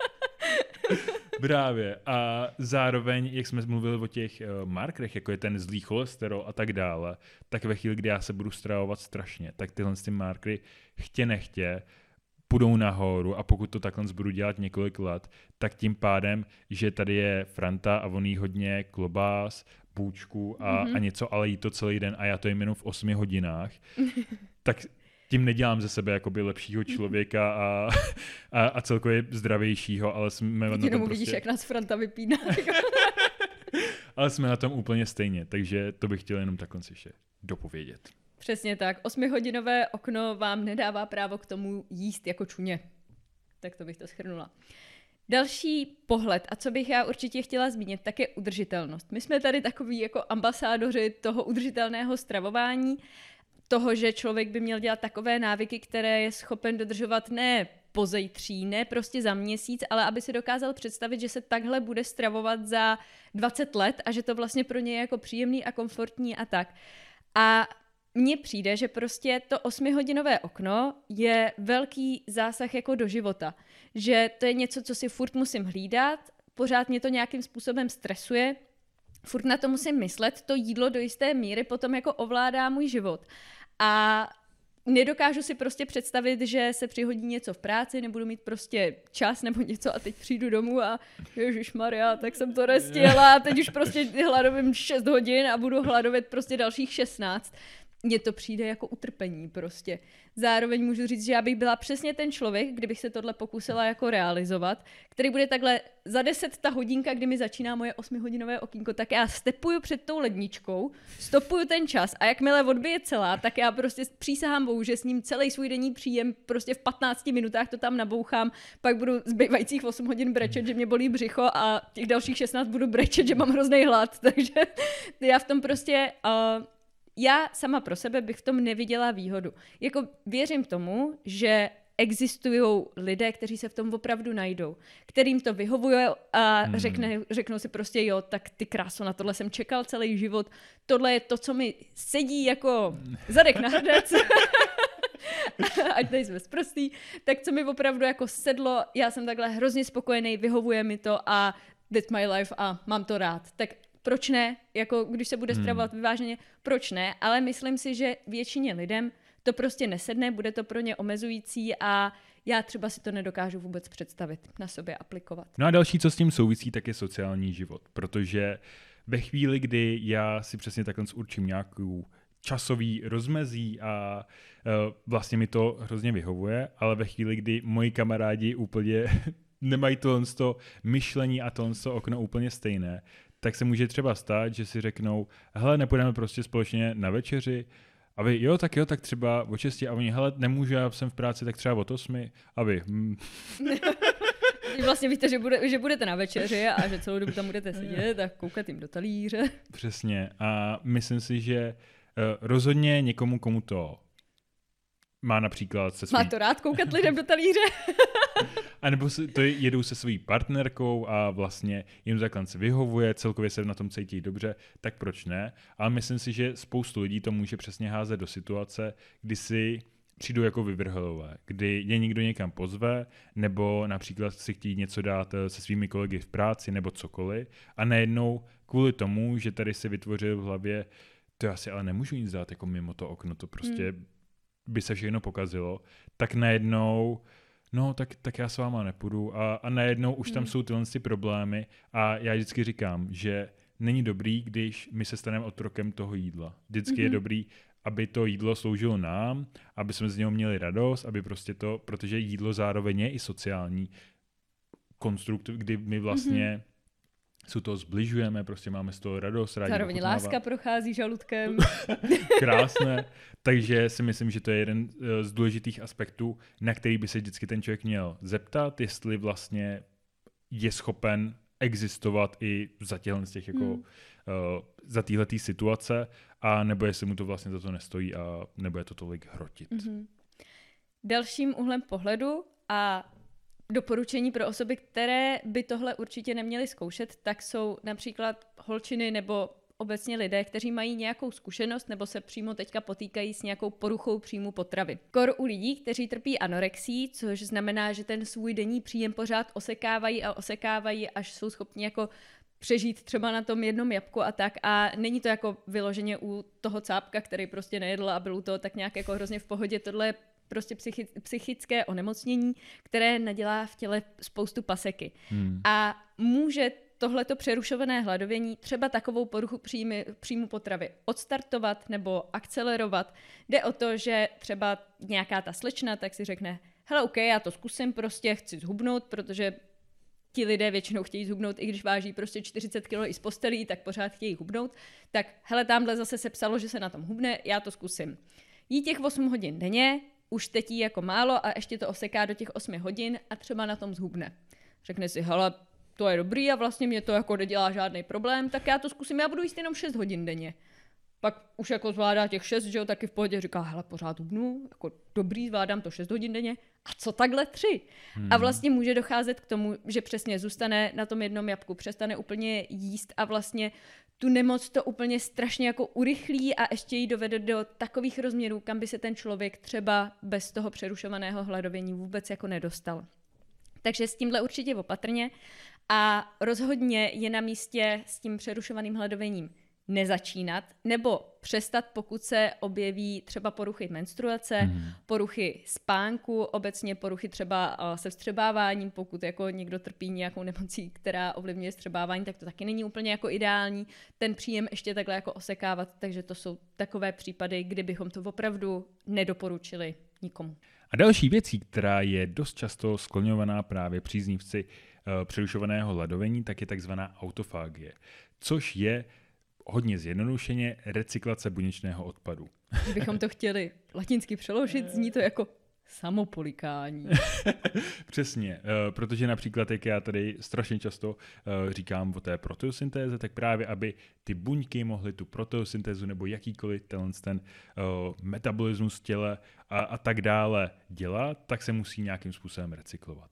Právě. A zároveň, jak jsme mluvili o těch markerech, jako je ten zlý cholesterol a tak dále, tak ve chvíli, kdy já se budu stravovat strašně, tak tyhle ty markery chtě nechtě půjdou nahoru a pokud to takhle budu dělat několik let, tak tím pádem, že tady je Franta a on jí hodně klobás, bůčku a něco, ale jí to celý den a já to jim jenom v 8 hodinách, tak tím nedělám ze sebe jakoby lepšího člověka a celkově zdravějšího, ale jsme na tom
jenom vidíš, jak nás Franta vypíná.
Ale jsme na tom úplně stejně, takže to bych chtěl jenom takhle ještě dopovědět.
Přesně tak. 8hodinové okno vám nedává právo k tomu jíst jako čuně. Tak to bych to shrnula. Další pohled, a co bych já určitě chtěla zmínit, tak je udržitelnost. My jsme tady takový jako ambasádoři toho udržitelného stravování, toho, že člověk by měl dělat takové návyky, které je schopen dodržovat ne pozejtří, ne prostě za měsíc, ale aby si dokázal představit, že se takhle bude stravovat za 20 let a že to vlastně pro ně je jako příjemný a komfortní a tak. A mně přijde, že prostě to 8hodinové okno je velký zásah jako do života. Že to je něco, co si furt musím hlídat, pořád mě to nějakým způsobem stresuje, furt na to musím myslet, to jídlo do jisté míry potom jako ovládá můj život. A nedokážu si prostě představit, že se přihodí něco v práci, nebudu mít prostě čas nebo něco a teď přijdu domů a ježišmarja, tak jsem to nestihla a teď už prostě hladovím 6 hodin a budu hladovat prostě dalších 16. Mně to přijde jako utrpení prostě. Zároveň můžu říct, že já bych byla přesně ten člověk, kdybych se tohle pokusila jako realizovat, který bude takhle za 10 ta hodinka, kdy mi začíná moje 8hodinové okýnko, tak já stepuju před tou ledničkou, stopuju ten čas a jakmile odbije celá, tak já prostě přísahám Bohu, že s ním celý svůj denní příjem prostě v 15 minutách to tam nabouchám, pak budu zbývajících 8 hodin brečet, že mě bolí břicho a těch dalších 16 budu brečet, že mám hrozný hlad, takže já v tom prostě... Já sama pro sebe bych v tom neviděla výhodu. Jako věřím tomu, že existují lidé, kteří se v tom opravdu najdou, kterým to vyhovuje a řeknou si prostě jo, tak ty kráso, na tohle jsem čekal celý život, tohle je to, co mi sedí jako zadek na hrdec, ať tady jsme sprostý, tak co mi opravdu jako sedlo, já jsem takhle hrozně spokojený, vyhovuje mi to a that's my life a mám to rád. Tak proč ne? Jako když se bude stravovat vyváženě, proč ne? Ale myslím si, že většině lidem to prostě nesedne, bude to pro ně omezující a já třeba si to nedokážu vůbec představit, na sobě aplikovat.
No a další, co s tím souvisí, tak je sociální život, protože ve chvíli, kdy já si přesně takhle určím nějakou časový rozmezí a vlastně mi to hrozně vyhovuje, ale ve chvíli, kdy moji kamarádi úplně nemají to myšlení a to okno úplně stejné, tak se může třeba stát, že si řeknou, hele, nepůjdeme prostě společně na večeři, a vy, jo, tak třeba o 6 a oni, hele, nemůžu, já jsem v práci, tak třeba o 8 a vy.
Vlastně víte, že budete na večeři a že celou dobu tam budete sedět a koukat jim do talíře.
Přesně a myslím si, že rozhodně někomu, komu to má například
Má to rád koukat lidem do talíře.
A nebo jedou se svojí partnerkou a vlastně jim takhle se vyhovuje, celkově se na tom cítí dobře, tak proč ne? Ale myslím si, že spoustu lidí to může přesně házet do situace, kdy si přijdou jako vyvrhelové, kdy je někdo někam pozve, nebo například si chtějí něco dát se svými kolegy v práci, nebo cokoliv, a najednou kvůli tomu, že tady si vytvořil v hlavě, to já si ale nemůžu nic dát jako mimo to okno, to prostě by se všechno pokazilo, tak najednou no, tak já s váma nepůjdu a najednou už tam jsou tyhle problémy a já vždycky říkám, že není dobrý, když my se staneme otrokem toho jídla. Vždycky je dobrý, aby to jídlo sloužilo nám, aby jsme z něho měli radost, aby prostě to, protože jídlo zároveň je i sociální konstrukt, kdy my vlastně se toho zbližujeme, prostě máme z toho radost, rádi
zároveň láska prochází žaludkem.
Krásné. Takže si myslím, že to je jeden z důležitých aspektů, na který by se vždycky ten člověk měl zeptat, jestli vlastně je schopen existovat i za těchto z těch jako za téhletý situace, a nebo jestli mu to vlastně za to nestojí a nebude to tolik hrotit.
Dalším úhlem pohledu a doporučení pro osoby, které by tohle určitě neměly zkoušet, tak jsou například holčiny nebo obecně lidé, kteří mají nějakou zkušenost nebo se přímo teďka potýkají s nějakou poruchou příjmu potravy. Kor u lidí, kteří trpí anorexií, což znamená, že ten svůj denní příjem pořád osekávají, až jsou schopni jako přežít třeba na tom jednom jabku a tak, a není to jako vyloženě u toho cápka, který prostě nejedl a byl u toho tak nějak jako hrozně v pohodě. Tohle je prostě psychické onemocnění, které nadělá v těle spoustu paseky. A může tohleto přerušované hladovění třeba takovou poruchu příjmu potravy odstartovat nebo akcelerovat. Jde o to, že třeba nějaká ta slečna tak si řekne, hele, OK, já to zkusím, prostě chci zhubnout, protože ti lidé většinou chtějí zhubnout, i když váží prostě 40 kg i z postelí, tak pořád chtějí hubnout. Tak hele, tamhle zase se psalo, že se na tom hubne, já to zkusím. Jí těch 8 hodin denně, už teď jí jako málo a ještě to oseká do těch 8 hodin a třeba na tom zhubne. Řekne si, hele, to je dobrý a vlastně mě to jako nedělá žádný problém, tak já to zkusím, já budu jíst jenom 6 hodin denně. Pak už jako zvládá těch 6, že jo, taky v pohodě říká, hele, pořád hubnu, jako dobrý, zvládám to 6 hodin denně. A co takhle 3? A vlastně může docházet k tomu, že přesně zůstane na tom jednom jabku, přestane úplně jíst a vlastně tu nemoc to úplně strašně jako urychlí a ještě ji dovede do takových rozměrů, kam by se ten člověk třeba bez toho přerušovaného hladovění vůbec jako nedostal. Takže s tímhle určitě opatrně a rozhodně je na místě s tím přerušovaným hladověním nezačínat nebo přestat, pokud se objeví třeba poruchy menstruace, poruchy spánku, obecně poruchy třeba se vstřebáváním, pokud jako někdo trpí nějakou nemocí, která ovlivňuje vstřebávání, tak to taky není úplně jako ideální ten příjem ještě takhle jako osekávat, takže to jsou takové případy, kdy bychom to opravdu nedoporučili nikomu.
A další věcí, která je dost často skloňovaná právě příznivci přerušovaného hladovení, tak je takzvaná autofágie, což je hodně zjednodušeně recyklace buněčného odpadu.
Kdybychom to chtěli latinsky přeložit, zní to jako samopolikání.
Přesně, protože například, jak já tady strašně často říkám o té proteosyntéze, tak právě, aby ty buňky mohly tu proteosyntézu nebo jakýkoliv ten metabolismus v těle a tak dále dělat, tak se musí nějakým způsobem recyklovat.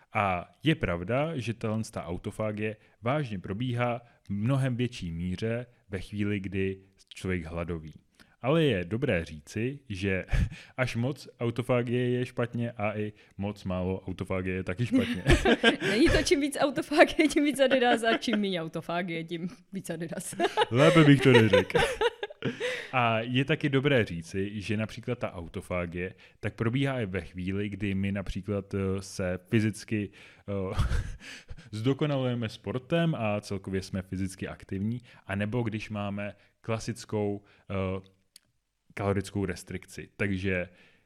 A je pravda, že ta autofágie vážně probíhá v mnohem větší míře ve chvíli, kdy člověk hladoví. Ale je dobré říci, že až moc autofágie je špatně a i moc málo autofágie je taky špatně.
Není to čím víc autofágie, tím víc Adidas a čím méně autofágie, tím víc Adidas.
Lépe bych to neřekl. A je taky dobré říci, že například ta autofágie tak probíhá i ve chvíli, kdy my například se fyzicky zdokonalujeme sportem a celkově jsme fyzicky aktivní, anebo když máme klasickou kalorickou restrikci. Takže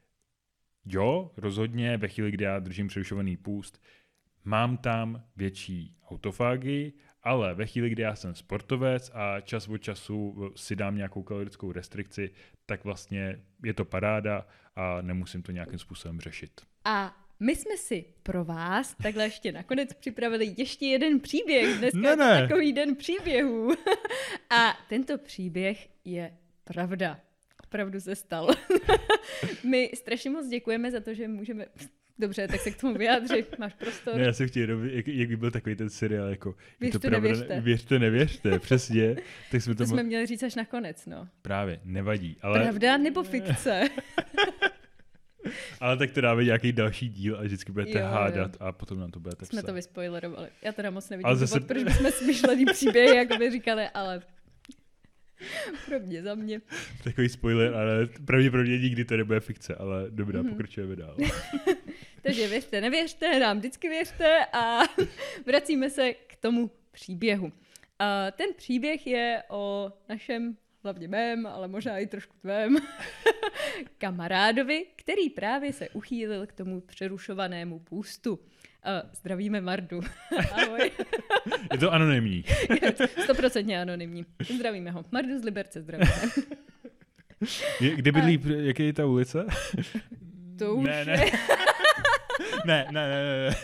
jo, rozhodně ve chvíli, kdy já držím přerušovaný půst, mám tam větší autofágii, ale ve chvíli, kdy já jsem sportovec a čas od času si dám nějakou kalorickou restrikci, tak vlastně je to paráda a nemusím to nějakým způsobem řešit.
A my jsme si pro vás takhle ještě nakonec připravili ještě jeden příběh. Dneska je takový den příběhů. A tento příběh je pravda. opravdu se stal. My strašně moc děkujeme za to, že můžeme... Dobře, tak se k tomu vyjádřit, máš prostor.
Ne, já jsem chtěl jenom, jak by byl takový ten seriál, jako...
Věřte, nevěřte.
Věřte, nevěřte, přesně. Tak jsme
to jsme měli říct až nakonec, no.
Právě, nevadí, ale...
Pravda nebo fikce?
Ale tak to dáme nějaký další díl a vždycky budete hádat a potom nám to budete psát.
Jsme to vyspoilerovali. Já teda moc nevidím důvod, proč bychom smyšlený příběhy, jako by říkali, ale... Pro mě, za mě.
Takový spoiler, ale pravděpodobně nikdy to nebude fikce, ale dobrá, pokračujeme dál.
Takže věřte, nevěřte, nám vždycky věřte a vracíme se k tomu příběhu. A ten příběh je o našem, hlavně mém, ale možná i trošku tvém, kamarádovi, který právě se uchýlil k tomu přerušovanému půstu. Zdravíme Mardu. Ahoj.
Je to anonymní.
100% anonymní. Zdravíme ho. Mardu z Liberce zdravíme.
Kde bydlí, jaké je ta ulice?
To už
ne. Ne.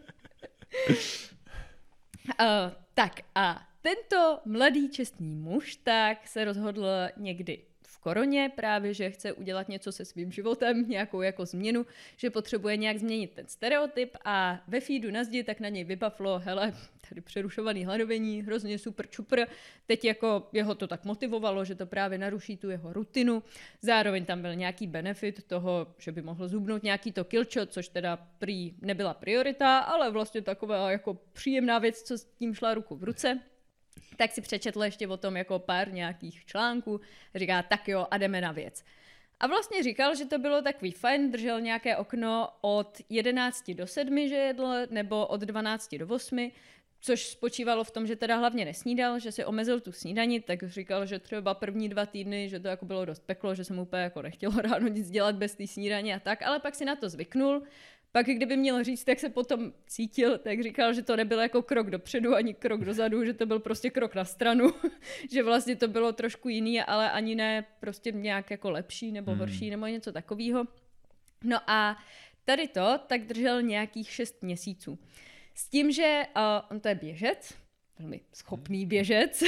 Tak a tento mladý čestný muž tak se rozhodl někdy v koroně právě, že chce udělat něco se svým životem, nějakou jako změnu, že potřebuje nějak změnit ten stereotyp a ve feedu na zdi tak na něj vybavlo, hele, tady přerušovaný hladovění, hrozně super čupr, teď jako jeho to tak motivovalo, že to právě naruší tu jeho rutinu, zároveň tam byl nějaký benefit toho, že by mohl zhubnout nějaký to killshot, což teda prý nebyla priorita, ale vlastně taková jako příjemná věc, co s tím šla ruku v ruce. Tak si přečetl ještě o tom jako pár nějakých článků, říká tak jo a jdeme na věc. A vlastně říkal, že to bylo takový fajn, držel nějaké okno od 11 do 7, že jedl, nebo od 12 do 8, což spočívalo v tom, že teda hlavně nesnídal, že si omezil tu snídani, tak říkal, že třeba první 2 týdny, že to jako bylo dost peklo, že se mu úplně jako nechtělo ráno nic dělat bez té snídaně a tak, ale pak si na to zvyknul. Pak kdyby měl říct, jak se potom cítil, tak říkal, že to nebyl jako krok dopředu ani krok dozadu, že to byl prostě krok na stranu, že vlastně to bylo trošku jiný, ale ani ne prostě nějak jako lepší nebo horší nebo něco takového. No a tady to tak držel nějakých 6 měsíců. S tím, že on to je běžec, velmi schopný běžec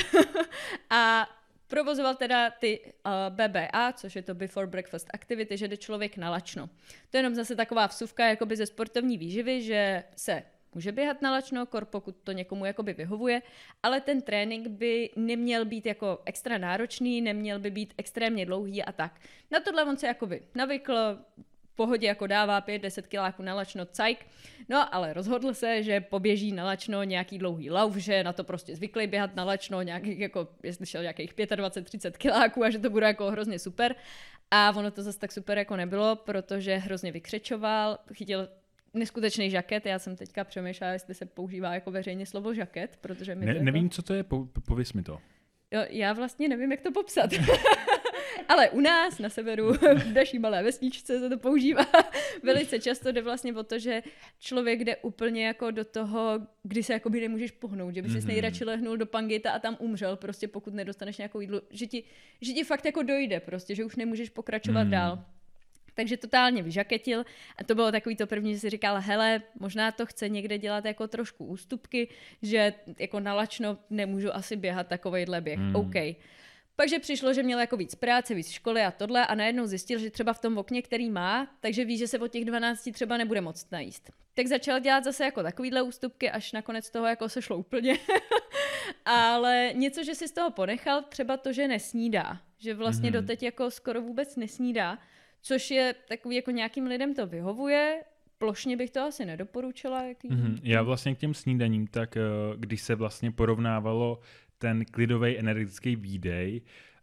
a provozoval teda ty BBA, což je to Before Breakfast Activity, že jde člověk na lačno. To je jenom zase taková vsuvka jakoby ze sportovní výživy, že se může běhat na lačno, pokud to někomu jakoby vyhovuje, ale ten trénink by neměl být jako extra náročný, neměl by být extrémně dlouhý a tak. Na tohle on se jakoby navykl, v pohodě jako dává 5-10 kiláků na lačno, cajk. No ale rozhodl se, že poběží na lačno nějaký dlouhý lauf, že na to prostě zvyklý běhat na lačno nějakých jako, jestli šel nějakých 25-30 kiláků a že to bude jako hrozně super. A ono to zase tak super jako nebylo, protože hrozně vykřečoval, chytil neskutečný žaket. Já jsem teďka přemýšlela, jestli se používá jako veřejně slovo žaket, protože mi
nevím, co to je, pověz mi to.
Jo, já vlastně nevím, jak to popsat. Ale u nás na severu, v naší malé vesničce se to používá velice často, jde vlastně o to, že člověk jde úplně jako do toho, kdy se jakoby nemůžeš pohnout, že by si nejradši lehnul do pangita a tam umřel, prostě pokud nedostaneš nějakou jídlu, že ti fakt jako dojde prostě, že už nemůžeš pokračovat dál. Takže totálně vyžaketil a to bylo takový to první, že si říkal, hele, možná to chce někde dělat jako trošku ústupky, že jako na lačno nemůžu asi běhat takovejhle běh. OK. Takže přišlo, že měl jako víc práce, víc školy a tohle a najednou zjistil, že třeba v tom okně, který má, takže ví, že se od těch 12 třeba nebude moct najíst. Tak začal dělat zase jako takovýhle ústupky, až nakonec toho jako se šlo úplně. Ale něco, že si z toho ponechal, třeba to, že nesnídá. Že vlastně doteď jako skoro vůbec nesnídá, což je takový jako nějakým lidem to vyhovuje. Plošně bych to asi nedoporučila.
Já vlastně k těm snídaním, tak když se vlastně porovnávalo ten klidový energetický výdej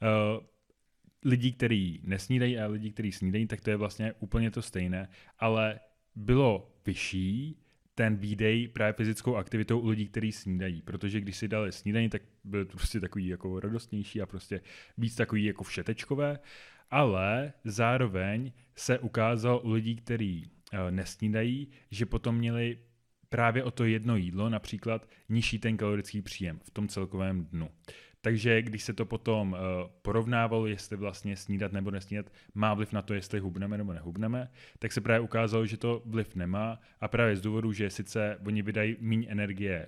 lidí, kteří nesnídají a lidí, kteří snídají, tak to je vlastně úplně to stejné, ale bylo vyšší ten výdej právě fyzickou aktivitou u lidí, kteří snídají, protože když si dali snídaní, tak byly to prostě takový jako radostnější a prostě víc takový jako všetečkové, ale zároveň se ukázalo u lidí, kteří nesnídají, že potom měli právě o to jedno jídlo, například nižší ten kalorický příjem v tom celkovém dnu. Takže když se to potom porovnávalo, jestli vlastně snídat nebo nesnídat má vliv na to, jestli hubneme nebo nehubneme, tak se právě ukázalo, že to vliv nemá a právě z důvodu, že sice oni vydají méně energie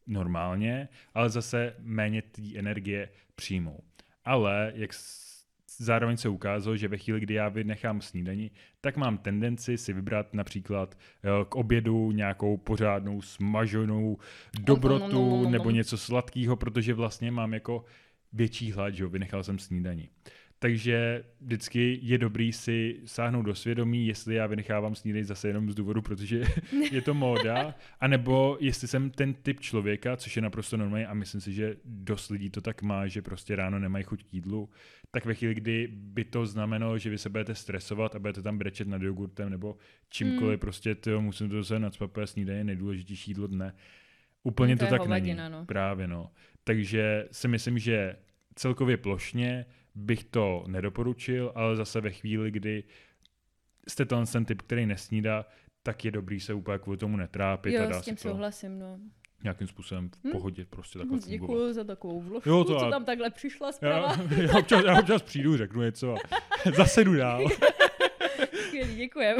normálně, ale zase méně té energie přijmou. Ale jak zároveň se ukázalo, že ve chvíli, kdy já vynechám snídani, tak mám tendenci si vybrat například k obědu nějakou pořádnou smaženou dobrotu nebo něco sladkého, protože vlastně mám jako větší hlad, že jo, vynechal jsem snídani. Takže vždycky je dobrý si sáhnout do svědomí, jestli já vynechávám snídani zase jenom z důvodu, protože je to móda, anebo jestli jsem ten typ člověka, což je naprosto normální a myslím si, že dost lidí to tak má, že prostě ráno nemají chuť k jídlu, tak ve chvíli, kdy by to znamenalo, že vy se budete stresovat a budete tam brečet nad jogurtem nebo čímkoliv, prostě musím to zase nadspat, snídaně je nejdůležitější jídlo dne. Úplně to tak hovadina, není. No. Právě no. Takže si myslím, že celkově plošně bych to nedoporučil, ale zase ve chvíli, kdy jste ten typ, který nesnídá, tak je dobrý se úplně kvůli tomu netrápit.
Jo,
a dá
s tím
si to
souhlasím, no.
Nějakým způsobem v pohodě prostě takhle fungovat.
Děkuju za takovou vložku, co tam takhle přišla zprava.
Já občas přijdu, řeknu něco a zase jdu dál.
Skvělý, děkujem.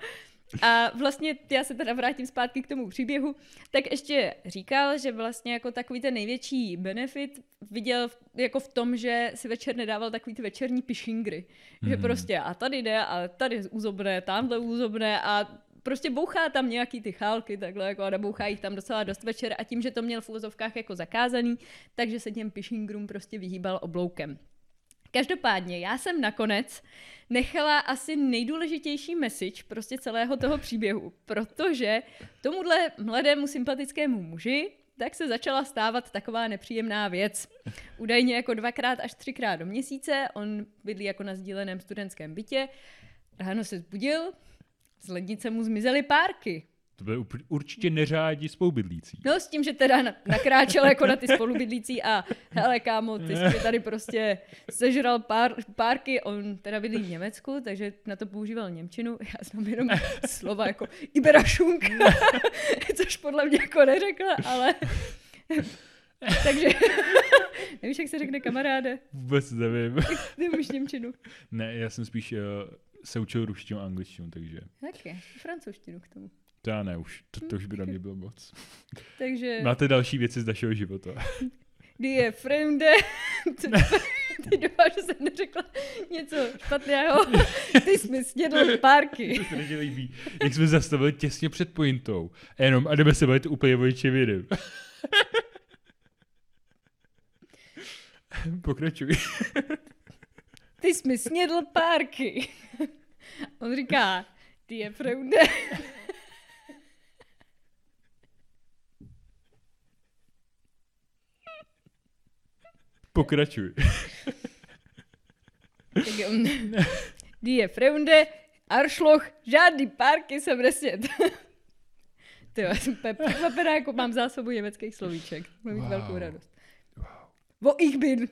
A vlastně já se teda vrátím zpátky k tomu příběhu, tak ještě říkal, že vlastně jako takový ten největší benefit viděl jako v tom, že si večer nedával takový ty večerní pišingry. Že prostě a tady jde a tady uzobne, tamhle uzobne a prostě bouchá tam nějaký ty chálky takhle jako a nabouchá jich tam docela dost večer a tím, že to měl v úvozovkách jako zakázaný, takže se těm pišingrům prostě vyhýbal obloukem. Každopádně, já jsem nakonec nechala asi nejdůležitější message prostě celého toho příběhu, protože tomuhle mladému sympatickému muži tak se začala stávat taková nepříjemná věc. Údajně jako 2x až 3x do měsíce, on bydlí jako na sdíleném studentském bytě, ráno se zbudil, z lednice mu zmizely párky.
To byly určitě neřádí spolubydlící.
No s tím, že teda nakráčel jako na ty spolubydlící a hele kámo, ty jsi tady prostě sežral párky, on teda bydlí v Německu, takže na to používal němčinu, já znám jenom slova jako Iberašunk, což podle mě jako neřekla, ale takže nevíš, jak se řekne kamaráde?
Vůbec nevím.
Nevíš němčinu?
Ne, já jsem spíš se učil ruštinu a angličtinu, takže.
Taky, francouzštinu k tomu.
To já ne už, to už by na mě bylo moc.
Takže...
Máte další věci z našeho života.
Die Fremde, ty doufám, že jsem neřekla něco špatného, ty jsi mi snědl párky.
To se mi líbí, jak jsme zastavili těsně před pointou a jdeme se bavit úplně o něčem jiném. Pokračuj.
Ty jsi mi snědl párky. On říká, Die Fremde.
Pokračuj.
Die Fremde, Arschloch, žádný párky jsem nesněd. Ty já jsem překvapená, jako mám zásobu německých slovíček. Mám mít velkou radost. Wo ich bin.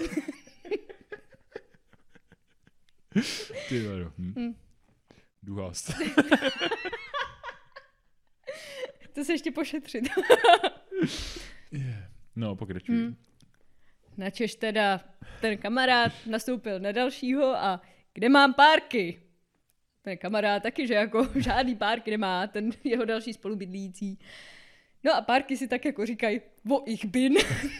Ty vado. Du hast.
To se ještě pošetřit.
No, pokračuj.
Načež teda ten kamarád nastoupil na dalšího a kde mám párky? Ten kamarád taky, že jako žádný párky nemá, ten jeho další spolubydlící. No a párky si tak jako říkají, wo ich bin.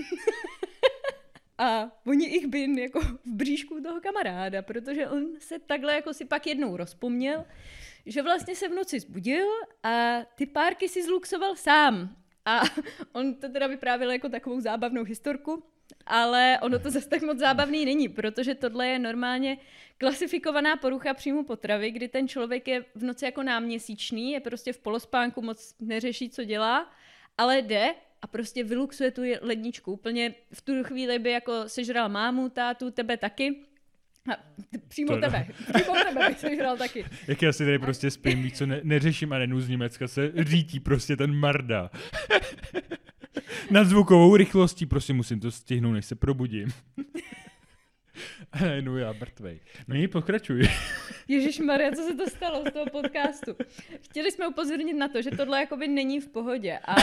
A oni ich bin jako v bříšku toho kamaráda, protože on se takhle jako si pak jednou rozpomněl, že vlastně se v noci zbudil a ty párky si zluxoval sám. A on to teda vyprávěl jako takovou zábavnou historku, ale ono to zase tak moc zábavný není, protože tohle je normálně klasifikovaná porucha příjmu potravy, kdy ten člověk je v noci jako náměsíčný, je prostě v polospánku, moc neřeší, co dělá, ale jde a prostě vyluxuje tu ledničku. Úplně v tu chvíli by jako sežral mámu, tátu, tebe taky. A přímo tebe bych sežral taky.
Jak já si tady prostě spím, víc co neřeším a nenu z Německa, se řítí prostě ten marda. Nad zvukovou rychlostí, prostě musím to stihnout, než se probudím. A najednou já mrtvej. No ní pokračuj.
Ježišmarja, co se to stalo z toho podcastu? Chtěli jsme upozornit na to, že tohle jakoby není v pohodě. A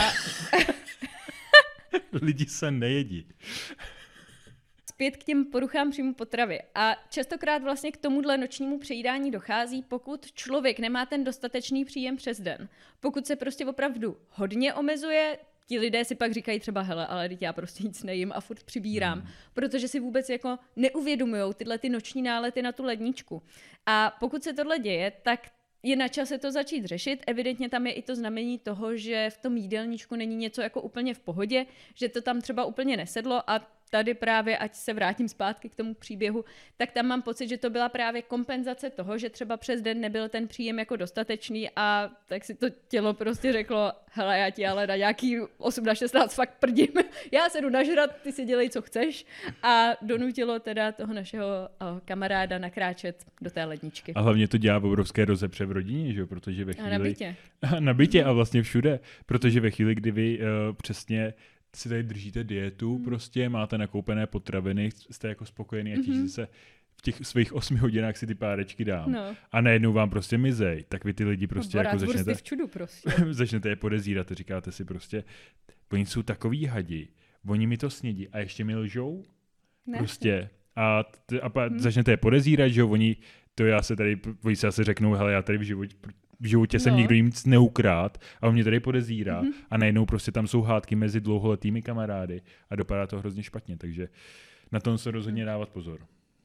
lidi se nejedí.
Zpět k těm poruchám příjmu potravy. A častokrát vlastně k tomuhle nočnímu přejídání dochází, pokud člověk nemá ten dostatečný příjem přes den. Pokud se prostě opravdu hodně omezuje, ti lidé si pak říkají třeba, hele, ale teď já prostě nic nejím a furt přibírám, protože si vůbec jako neuvědomujou tyhle ty noční nálety na tu ledničku. A pokud se tohle děje, tak je na čase to začít řešit. Evidentně tam je i to znamení toho, že v tom jídelníčku není něco jako úplně v pohodě, že to tam třeba úplně nesedlo a tady právě, ať se vrátím zpátky k tomu příběhu, tak tam mám pocit, že to byla právě kompenzace toho, že třeba přes den nebyl ten příjem jako dostatečný a tak si to tělo prostě řeklo, hele, já ti ale na nějaký 8-16 fakt prdím, já se jdu nažrat, ty si dělej, co chceš a donutilo teda toho našeho kamaráda nakráčet do té ledničky.
A hlavně to dělá obrovské rozepře v rodině, že jo, protože ve chvíli...
A na bytě.
Na bytě a vlastně všude, protože ve chvíli, kdy vy přesně si tady držíte dietu, prostě máte nakoupené potraviny, jste jako spokojený a těšíte se v těch svých 8 hodinách si ty párečky dám. No. A najednou vám prostě mizej, tak vy ty lidi prostě jako začnete...
v čudu prostě.
Začnete je podezírat a říkáte si prostě, oni jsou takový hadi, oni mi to snědí a ještě mi lžou? Ne. Prostě. A začnete je podezírat, že jo, oni se asi řeknou, hele, já tady v životě jsem nikdo nic neukrát a on mě tady podezírá a najednou prostě tam jsou hádky mezi dlouholetými kamarády a dopadá to hrozně špatně, takže na tom se rozhodně dávat pozor.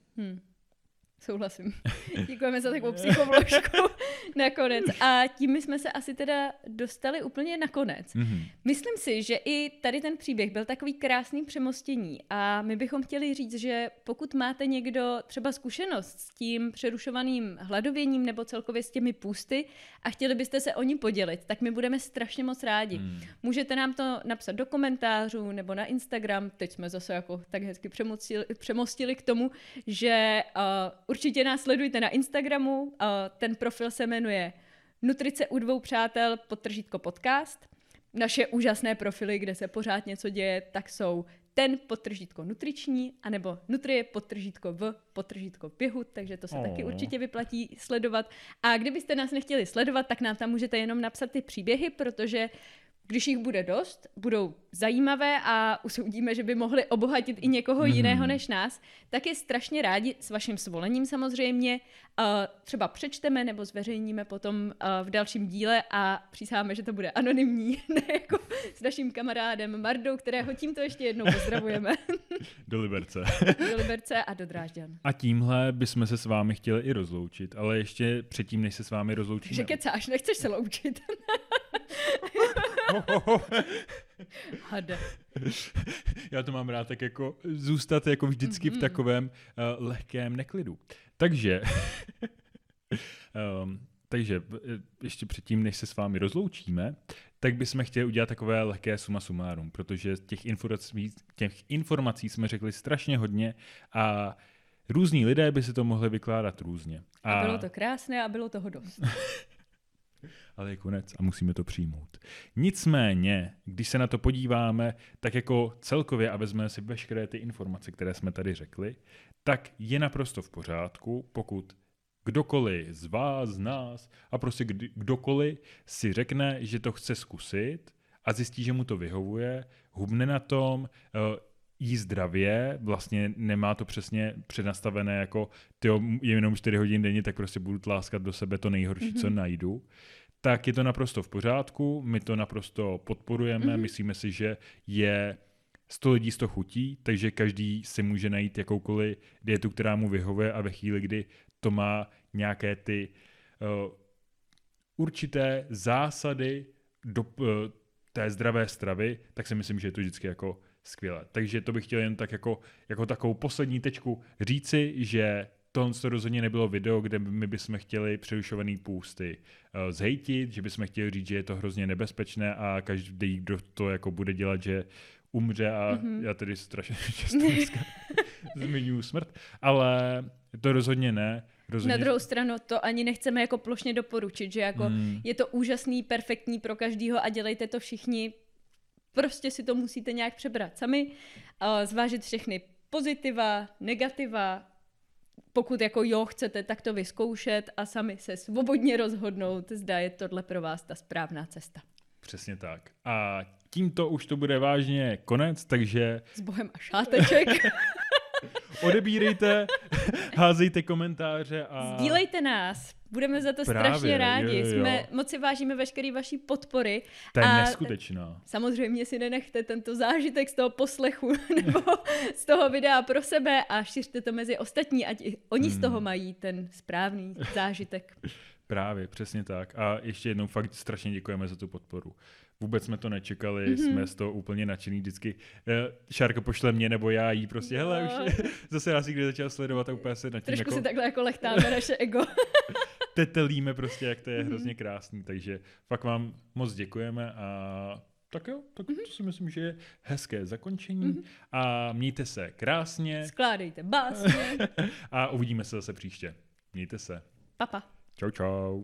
Souhlasím. Děkujeme za takovou psychovložku nakonec. A tím jsme se asi teda dostali úplně nakonec. Myslím si, že i tady ten příběh byl takový krásný přemostění a my bychom chtěli říct, že pokud máte někdo třeba zkušenost s tím přerušovaným hladověním nebo celkově s těmi půsty a chtěli byste se o ní podělit, tak my budeme strašně moc rádi. Můžete nám to napsat do komentářů nebo na Instagram. Teď jsme zase jako tak hezky přemostili k tomu, že určitě nás sledujte na Instagramu, ten profil se jmenuje Nutrice u dvou přátel _podcast. Naše úžasné profily, kde se pořád něco děje, tak jsou ten _nutriční, anebo Nutrie _v běhu, takže to se taky určitě vyplatí sledovat. A kdybyste nás nechtěli sledovat, tak nám tam můžete jenom napsat ty příběhy, protože když jich bude dost, budou zajímavé a usoudíme, že by mohli obohatit i někoho jiného než nás, tak je strašně rádi, s vaším svolením samozřejmě, třeba přečteme nebo zveřejníme potom v dalším díle a přísáháme, že to bude anonymní, ne jako s naším kamarádem Mardou, kterého tímto ještě jednou pozdravujeme.
Do Liberce.
Do Liberce a do Drážďan.
A tímhle bychom se s vámi chtěli i rozloučit, ale ještě předtím, než se s vámi rozloučíme.
Že kecáš, nechceš se loučit. Hade.
Já to mám rád tak jako zůstat jako vždycky v takovém lehkém neklidu. Takže ještě předtím, než se s vámi rozloučíme, tak bychom chtěli udělat takové lehké suma sumárum, protože těch informací jsme řekli strašně hodně a různí lidé by si to mohli vykládat různě.
A bylo to krásné a bylo toho dost.
Ale je konec a musíme to přijmout. Nicméně, když se na to podíváme, tak jako celkově a vezmeme si veškeré ty informace, které jsme tady řekli, tak je naprosto v pořádku, pokud kdokoliv z vás, z nás a prostě kdokoliv si řekne, že to chce zkusit a zjistí, že mu to vyhovuje, hubne na tom, jí zdravě, vlastně nemá to přesně přednastavené jako jenom 4 hodiny denně, tak prostě budu tláskat do sebe to nejhorší, co najdu. Tak je to naprosto v pořádku, my to naprosto podporujeme, myslíme si, že je 100 lidí 100 chutí, takže každý si může najít jakoukoliv dietu, která mu vyhovuje a ve chvíli, kdy to má nějaké ty určité zásady do té zdravé stravy, tak si myslím, že je to vždycky jako skvělé. Takže to bych chtěl jen tak jako takovou poslední tečku říci, že to rozhodně nebylo video, kde my bychom chtěli přerušovaný půsty zhejtit, že bychom chtěli říct, že je to hrozně nebezpečné a každý, kdo to jako bude dělat, že umře a já tedy strašně často zmiňuji smrt, ale to rozhodně ne.
Na druhou stranu to ani nechceme jako plošně doporučit, že jako je to úžasný, perfektní pro každýho a dělejte to všichni. Prostě si to musíte nějak přebrat sami, zvážit všechny pozitiva, negativa, pokud jako chcete, tak to vyzkoušet a sami se svobodně rozhodnout, zda je tohle pro vás ta správná cesta.
Přesně tak. A tímto už to bude vážně konec, takže...
S Bohem a šáteček.
Odebírejte, házejte komentáře a...
Sdílejte nás. Budeme za to
Právě,
strašně rádi.
jo.
Moc si vážíme veškerý vaší podpory.
To je
a
neskutečná.
samozřejmě si nenechte tento zážitek z toho poslechu nebo z toho videa pro sebe a šiřte to mezi ostatní, ať i oni z toho mají ten správný zážitek.
Právě, přesně tak. A ještě jednou fakt strašně děkujeme za tu podporu. Vůbec jsme to nečekali, jsme z toho úplně nadšený vždycky. Šárka pošle mě, nebo já jí prostě, hele, už zase nás někde začal sledovat a úplně se nad tím
Trošku
jako...
si takhle jako lechtáme naše ego.
Tetelíme prostě, jak to je hrozně krásný, takže fakt vám moc děkujeme a tak jo, tak to si myslím, že je hezké zakončení a mějte se krásně.
Skládejte básně.
A uvidíme se zase příště. Mějte se.
Papa.
Čau, čau.